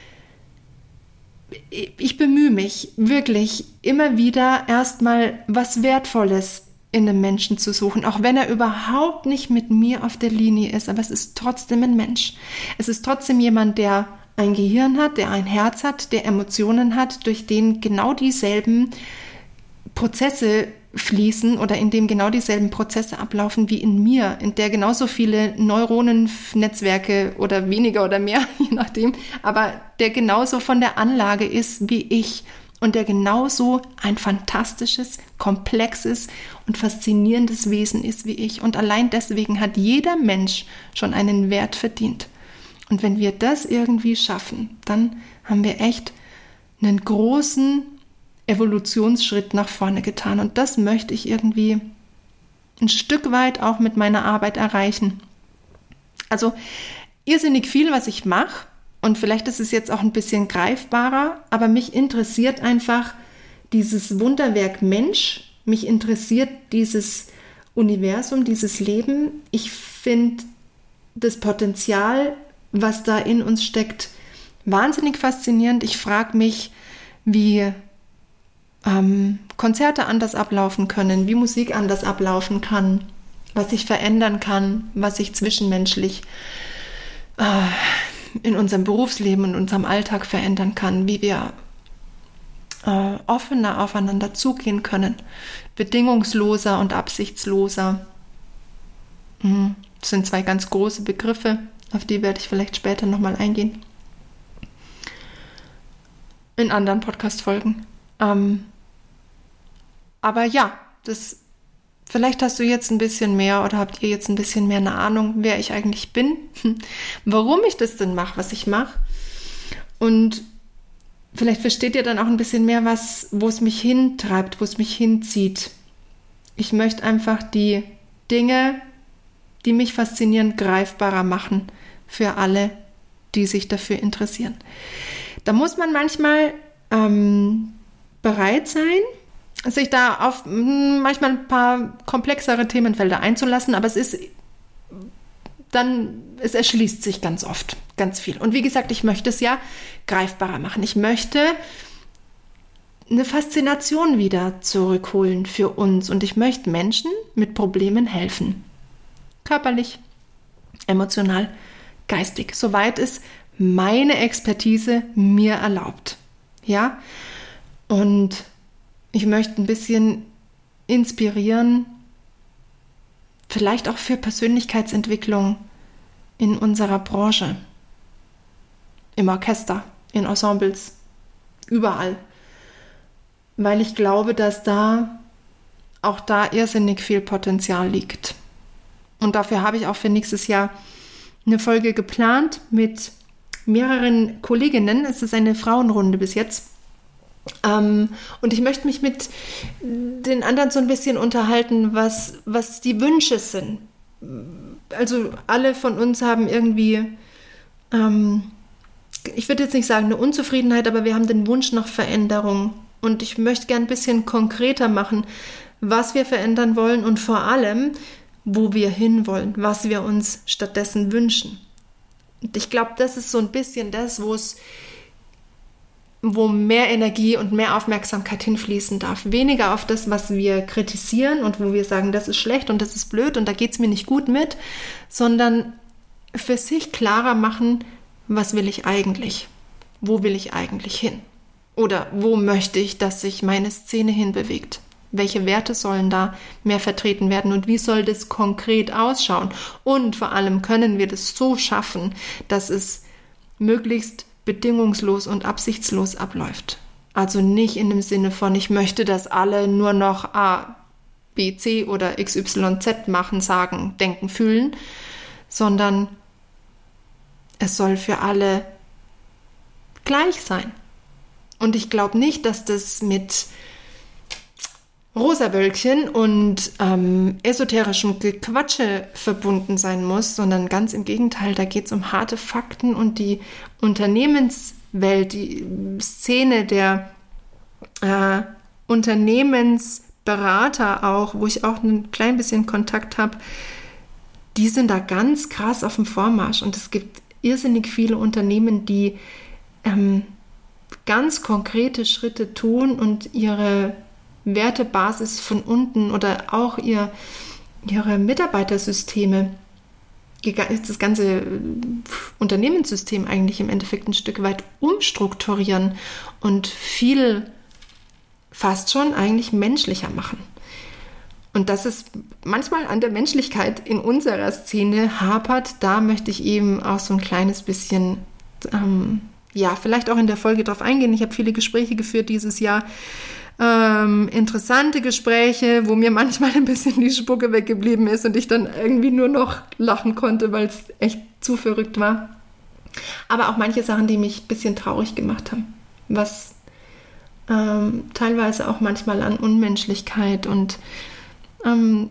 Speaker 1: ich bemühe mich wirklich immer wieder erstmal was Wertvolles in einem Menschen zu suchen, auch wenn er überhaupt nicht mit mir auf der Linie ist, aber es ist trotzdem ein Mensch. Es ist trotzdem jemand, der ein Gehirn hat, der ein Herz hat, der Emotionen hat, durch den genau dieselben Prozesse fließen oder in dem genau dieselben Prozesse ablaufen wie in mir, in der genauso viele Neuronennetzwerke oder weniger oder mehr, je nachdem, aber der genauso von der Anlage ist wie ich und der genauso ein fantastisches, komplexes und faszinierendes Wesen ist wie ich. Und allein deswegen hat jeder Mensch schon einen Wert verdient. Und wenn wir das irgendwie schaffen, dann haben wir echt einen großen Evolutionsschritt nach vorne getan. Und das möchte ich irgendwie ein Stück weit auch mit meiner Arbeit erreichen. Also irrsinnig viel, was ich mache. Und vielleicht ist es jetzt auch ein bisschen greifbarer, aber mich interessiert einfach dieses Wunderwerk Mensch. Mich interessiert dieses Universum, dieses Leben. Ich finde das Potenzial, was da in uns steckt, wahnsinnig faszinierend. Ich frage mich, wie ähm, Konzerte anders ablaufen können, wie Musik anders ablaufen kann, was sich verändern kann, was sich zwischenmenschlich äh, in unserem Berufsleben und unserem Alltag verändern kann, wie wir äh, offener aufeinander zugehen können, bedingungsloser und absichtsloser. Das sind zwei ganz große Begriffe, auf die werde ich vielleicht später nochmal eingehen. In anderen Podcast-Folgen. Ähm, aber ja, das, vielleicht hast du jetzt ein bisschen mehr oder habt ihr jetzt ein bisschen mehr eine Ahnung, wer ich eigentlich bin, warum ich das denn mache, was ich mache. Und vielleicht versteht ihr dann auch ein bisschen mehr, was, wo es mich hintreibt, wo es mich hinzieht. Ich möchte einfach die Dinge, die mich faszinieren, greifbarer machen für alle, die sich dafür interessieren. Da muss man manchmal ähm, bereit sein, sich da auf mh, manchmal ein paar komplexere Themenfelder einzulassen, aber es ist dann, es erschließt sich ganz oft, ganz viel. Und wie gesagt, ich möchte es ja greifbarer machen. Ich möchte eine Faszination wieder zurückholen für uns und ich möchte Menschen mit Problemen helfen. Körperlich, emotional, geistig, soweit es meine Expertise mir erlaubt. Ja? Und ich möchte ein bisschen inspirieren, vielleicht auch für Persönlichkeitsentwicklung in unserer Branche, im Orchester, in Ensembles, überall. Weil ich glaube, dass da auch da irrsinnig viel Potenzial liegt. Und dafür habe ich auch für nächstes Jahr eine Folge geplant mit mehreren Kolleginnen. Es ist eine Frauenrunde bis jetzt. Ähm, und ich möchte mich mit den anderen so ein bisschen unterhalten, was, was die Wünsche sind. Also alle von uns haben irgendwie, ähm, ich würde jetzt nicht sagen eine Unzufriedenheit, aber wir haben den Wunsch nach Veränderung. Und ich möchte gerne ein bisschen konkreter machen, was wir verändern wollen und vor allem, wo wir hinwollen, was wir uns stattdessen wünschen. Und ich glaube, das ist so ein bisschen das, wo es, wo mehr Energie und mehr Aufmerksamkeit hinfließen darf. Weniger auf das, was wir kritisieren und wo wir sagen, das ist schlecht und das ist blöd und da geht es mir nicht gut mit, sondern für sich klarer machen, was will ich eigentlich? Wo will ich eigentlich hin? Oder wo möchte ich, dass sich meine Szene hinbewegt? Welche Werte sollen da mehr vertreten werden und wie soll das konkret ausschauen? Und vor allem können wir das so schaffen, dass es möglichst bedingungslos und absichtslos abläuft. Also nicht in dem Sinne von, ich möchte, dass alle nur noch A, B, C oder X, Y, Z machen, sagen, denken, fühlen, sondern es soll für alle gleich sein. Und ich glaube nicht, dass das mit Rosawölkchen und ähm, esoterischem Gequatsche verbunden sein muss, sondern ganz im Gegenteil, da geht es um harte Fakten und die Unternehmenswelt, die Szene der äh, Unternehmensberater auch, wo ich auch ein klein bisschen Kontakt habe, die sind da ganz krass auf dem Vormarsch und es gibt irrsinnig viele Unternehmen, die ähm, ganz konkrete Schritte tun und ihre Wertebasis von unten oder auch ihr, ihre Mitarbeitersysteme, das ganze Unternehmenssystem eigentlich im Endeffekt ein Stück weit umstrukturieren und viel fast schon eigentlich menschlicher machen. Und dass es manchmal an der Menschlichkeit in unserer Szene hapert, da möchte ich eben auch so ein kleines bisschen, ähm, ja, vielleicht auch in der Folge drauf eingehen. Ich habe viele Gespräche geführt dieses Jahr, Ähm, interessante Gespräche, wo mir manchmal ein bisschen die Spucke weggeblieben ist und ich dann irgendwie nur noch lachen konnte, weil es echt zu verrückt war. Aber auch manche Sachen, die mich ein bisschen traurig gemacht haben, was ähm, teilweise auch manchmal an Unmenschlichkeit und ähm,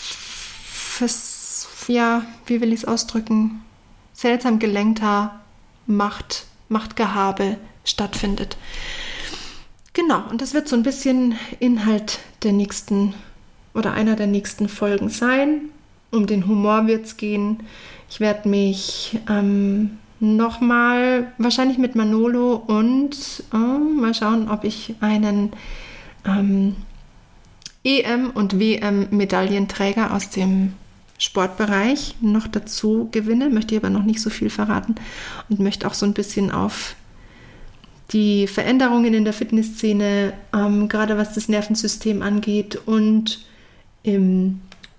Speaker 1: fürs, ja, wie will ich es ausdrücken, seltsam gelenkter Macht, Machtgehabe stattfindet. Genau, und das wird so ein bisschen Inhalt der nächsten oder einer der nächsten Folgen sein. Um den Humor wird es gehen. Ich werde mich ähm, nochmal, wahrscheinlich mit Manolo und oh, mal schauen, ob ich einen ähm, E M- und W M-Medaillenträger aus dem Sportbereich noch dazu gewinne. Möchte ich aber noch nicht so viel verraten und möchte auch so ein bisschen auf die Veränderungen in der Fitnessszene, ähm, gerade was das Nervensystem angeht und im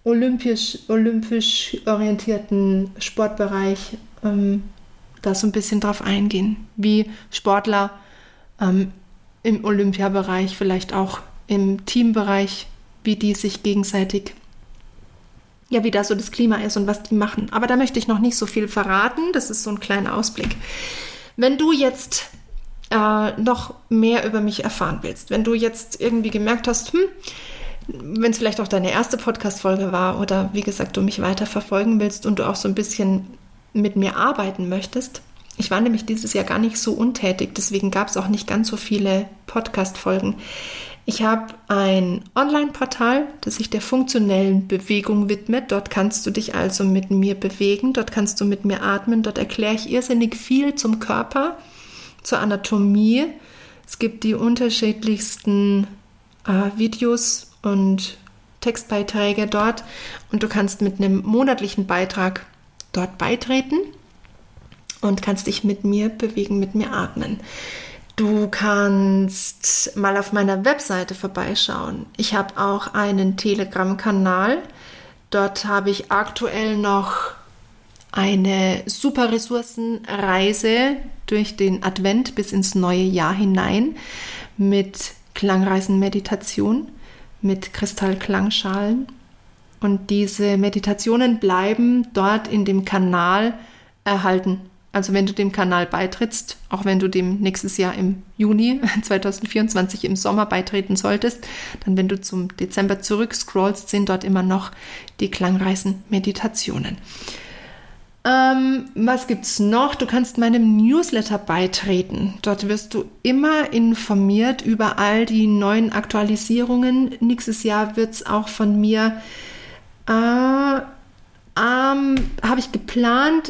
Speaker 1: olympisch, olympisch orientierten Sportbereich ähm, da so ein bisschen drauf eingehen, wie Sportler ähm, im Olympiabereich, vielleicht auch im Teambereich, wie die sich gegenseitig, ja, wie da so das Klima ist und was die machen. Aber da möchte ich noch nicht so viel verraten, das ist so ein kleiner Ausblick. Wenn du jetzt äh, noch mehr über mich erfahren willst, wenn du jetzt irgendwie gemerkt hast, hm, wenn es vielleicht auch deine erste Podcast-Folge war oder wie gesagt, du mich weiter verfolgen willst und du auch so ein bisschen mit mir arbeiten möchtest. Ich war nämlich dieses Jahr gar nicht so untätig, deswegen gab es auch nicht ganz so viele Podcast-Folgen. Ich habe ein Online-Portal, das sich der funktionellen Bewegung widmet. Dort kannst du dich also mit mir bewegen, dort kannst du mit mir atmen, dort erkläre ich irrsinnig viel zum Körper, zur Anatomie. Es gibt die unterschiedlichsten äh, Videos und Textbeiträge dort und du kannst mit einem monatlichen Beitrag dort beitreten und kannst dich mit mir bewegen, mit mir atmen. Du kannst mal auf meiner Webseite vorbeischauen. Ich habe auch einen Telegram-Kanal. Dort habe ich aktuell noch eine super Ressourcenreise durch den Advent bis ins neue Jahr hinein mit Klangreisen-Meditation, mit Kristallklangschalen. Und diese Meditationen bleiben dort in dem Kanal erhalten. Also wenn du dem Kanal beitrittst, auch wenn du dem nächstes Jahr im Juni zwanzig vierundzwanzig im Sommer beitreten solltest, dann wenn du zum Dezember zurückscrollst, sind dort immer noch die Klangreisen-Meditationen. Ähm, was gibt's noch? Du kannst meinem Newsletter beitreten. Dort wirst du immer informiert über all die neuen Aktualisierungen. Nächstes Jahr wird es auch von mir, äh, ähm, habe ich geplant,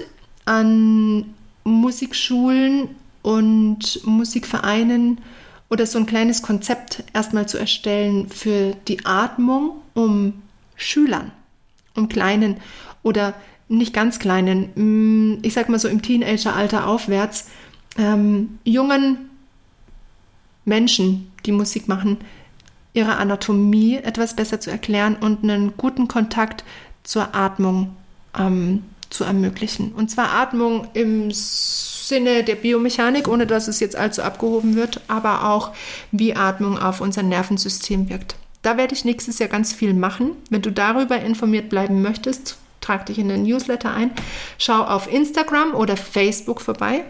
Speaker 1: an Musikschulen und Musikvereinen oder so ein kleines Konzept erstmal zu erstellen für die Atmung, um Schülern, um kleinen oder nicht ganz kleinen, ich sag mal so im Teenageralter aufwärts, ähm, jungen Menschen, die Musik machen, ihre Anatomie etwas besser zu erklären und einen guten Kontakt zur Atmung ähm, zu ermöglichen. Und zwar Atmung im Sinne der Biomechanik, ohne dass es jetzt allzu abgehoben wird, aber auch wie Atmung auf unser Nervensystem wirkt. Da werde ich nächstes Jahr ganz viel machen. Wenn du darüber informiert bleiben möchtest, trag dich in den Newsletter ein, schau auf Instagram oder Facebook vorbei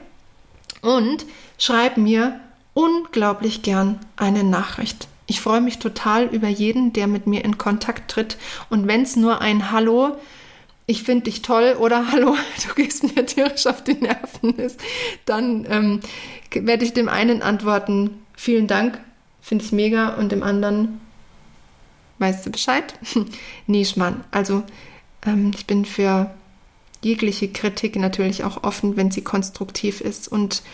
Speaker 1: und schreib mir unglaublich gern eine Nachricht. Ich freue mich total über jeden, der mit mir in Kontakt tritt. Und wenn es nur ein Hallo, ich finde dich toll oder Hallo, du gehst mir tierisch auf die Nerven ist, dann ähm, werde ich dem einen antworten, vielen Dank, finde ich mega, und dem anderen, weißt du Bescheid? Nee, Schmarrn. Also ähm, ich bin für jegliche Kritik natürlich auch offen, wenn sie konstruktiv ist, und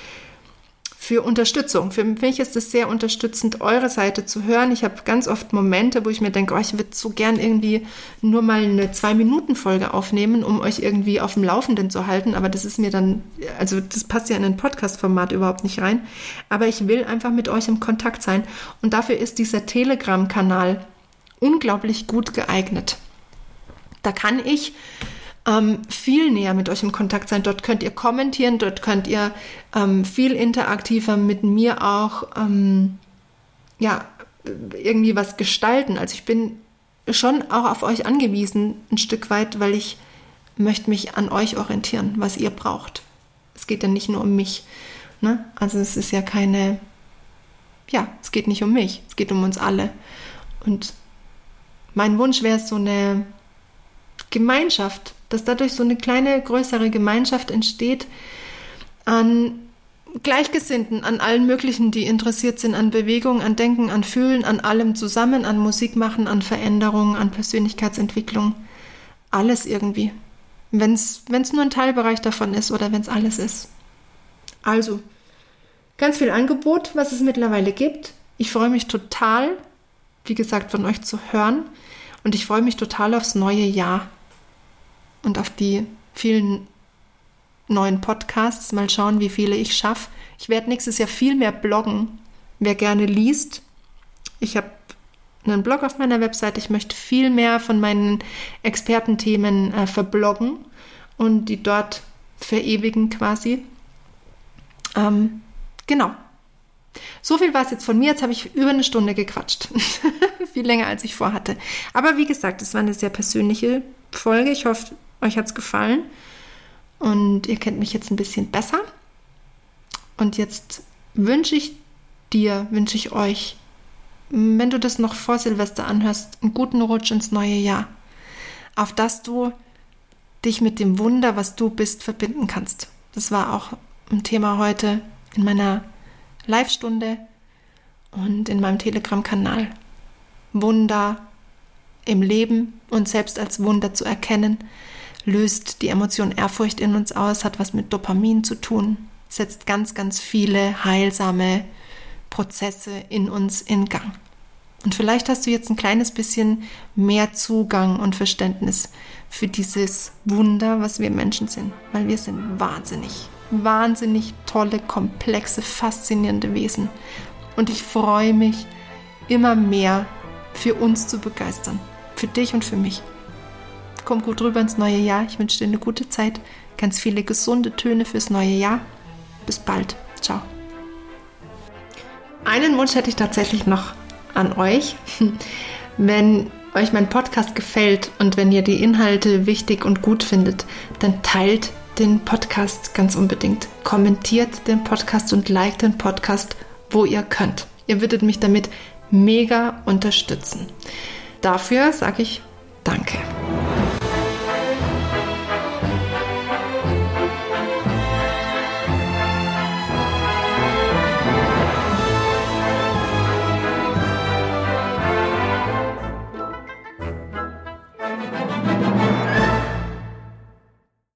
Speaker 1: für Unterstützung. Für mich ist es sehr unterstützend, eure Seite zu hören. Ich habe ganz oft Momente, wo ich mir denke, oh, ich würde so gern irgendwie nur mal eine Zwei-Minuten-Folge aufnehmen, um euch irgendwie auf dem Laufenden zu halten. Aber das ist mir dann, also das passt ja in ein Podcast-Format überhaupt nicht rein. Aber ich will einfach mit euch im Kontakt sein. Und dafür ist dieser Telegram-Kanal unglaublich gut geeignet. Da kann ich Ähm, viel näher mit euch im Kontakt sein. Dort könnt ihr kommentieren, dort könnt ihr ähm, viel interaktiver mit mir auch ähm, ja, irgendwie was gestalten. Also ich bin schon auch auf euch angewiesen, ein Stück weit, weil ich möchte mich an euch orientieren, was ihr braucht. Es geht ja nicht nur um mich. Ne? Also es ist ja keine, ja, es geht nicht um mich, es geht um uns alle. Und mein Wunsch wäre so eine Gemeinschaft, dass dadurch so eine kleine, größere Gemeinschaft entsteht an Gleichgesinnten, an allen möglichen, die interessiert sind an Bewegung, an Denken, an Fühlen, an allem zusammen, an Musik machen, an Veränderungen, an Persönlichkeitsentwicklung. Alles irgendwie. Wenn es nur ein Teilbereich davon ist oder wenn es alles ist. Also, ganz viel Angebot, was es mittlerweile gibt. Ich freue mich total, wie gesagt, von euch zu hören. Und ich freue mich total aufs neue Jahr. Und auf die vielen neuen Podcasts. Mal schauen, wie viele ich schaffe. Ich werde nächstes Jahr viel mehr bloggen. Wer gerne liest. Ich habe einen Blog auf meiner Webseite. Ich möchte viel mehr von meinen Expertenthemen äh, verbloggen und die dort verewigen quasi. Ähm, genau. So viel war es jetzt von mir. Jetzt habe ich über eine Stunde gequatscht. Viel länger, als ich vorhatte. Aber wie gesagt, es war eine sehr persönliche Folge. Ich hoffe, euch hat es gefallen. Und ihr kennt mich jetzt ein bisschen besser. Und jetzt wünsche ich dir, wünsche ich euch, wenn du das noch vor Silvester anhörst, einen guten Rutsch ins neue Jahr. Auf dass du dich mit dem Wunder, was du bist, verbinden kannst. Das war auch ein Thema heute in meiner Live-Stunde und in meinem Telegram-Kanal. Wunder im Leben und selbst als Wunder zu erkennen, löst die Emotion Ehrfurcht in uns aus, hat was mit Dopamin zu tun, setzt ganz, ganz viele heilsame Prozesse in uns in Gang. Und vielleicht hast du jetzt ein kleines bisschen mehr Zugang und Verständnis für dieses Wunder, was wir Menschen sind, weil wir sind wahnsinnig, wahnsinnig tolle, komplexe, faszinierende Wesen. Und ich freue mich, immer mehr für uns zu begeistern, für dich und für mich. Komm gut rüber ins neue Jahr. Ich wünsche dir eine gute Zeit, ganz viele gesunde Töne fürs neue Jahr. Bis bald. Ciao. Einen Wunsch hätte ich tatsächlich noch an euch. Wenn euch mein Podcast gefällt und wenn ihr die Inhalte wichtig und gut findet, dann teilt den Podcast ganz unbedingt. Kommentiert den Podcast und liked den Podcast, wo ihr könnt. Ihr würdet mich damit mega unterstützen. Dafür sage ich Danke.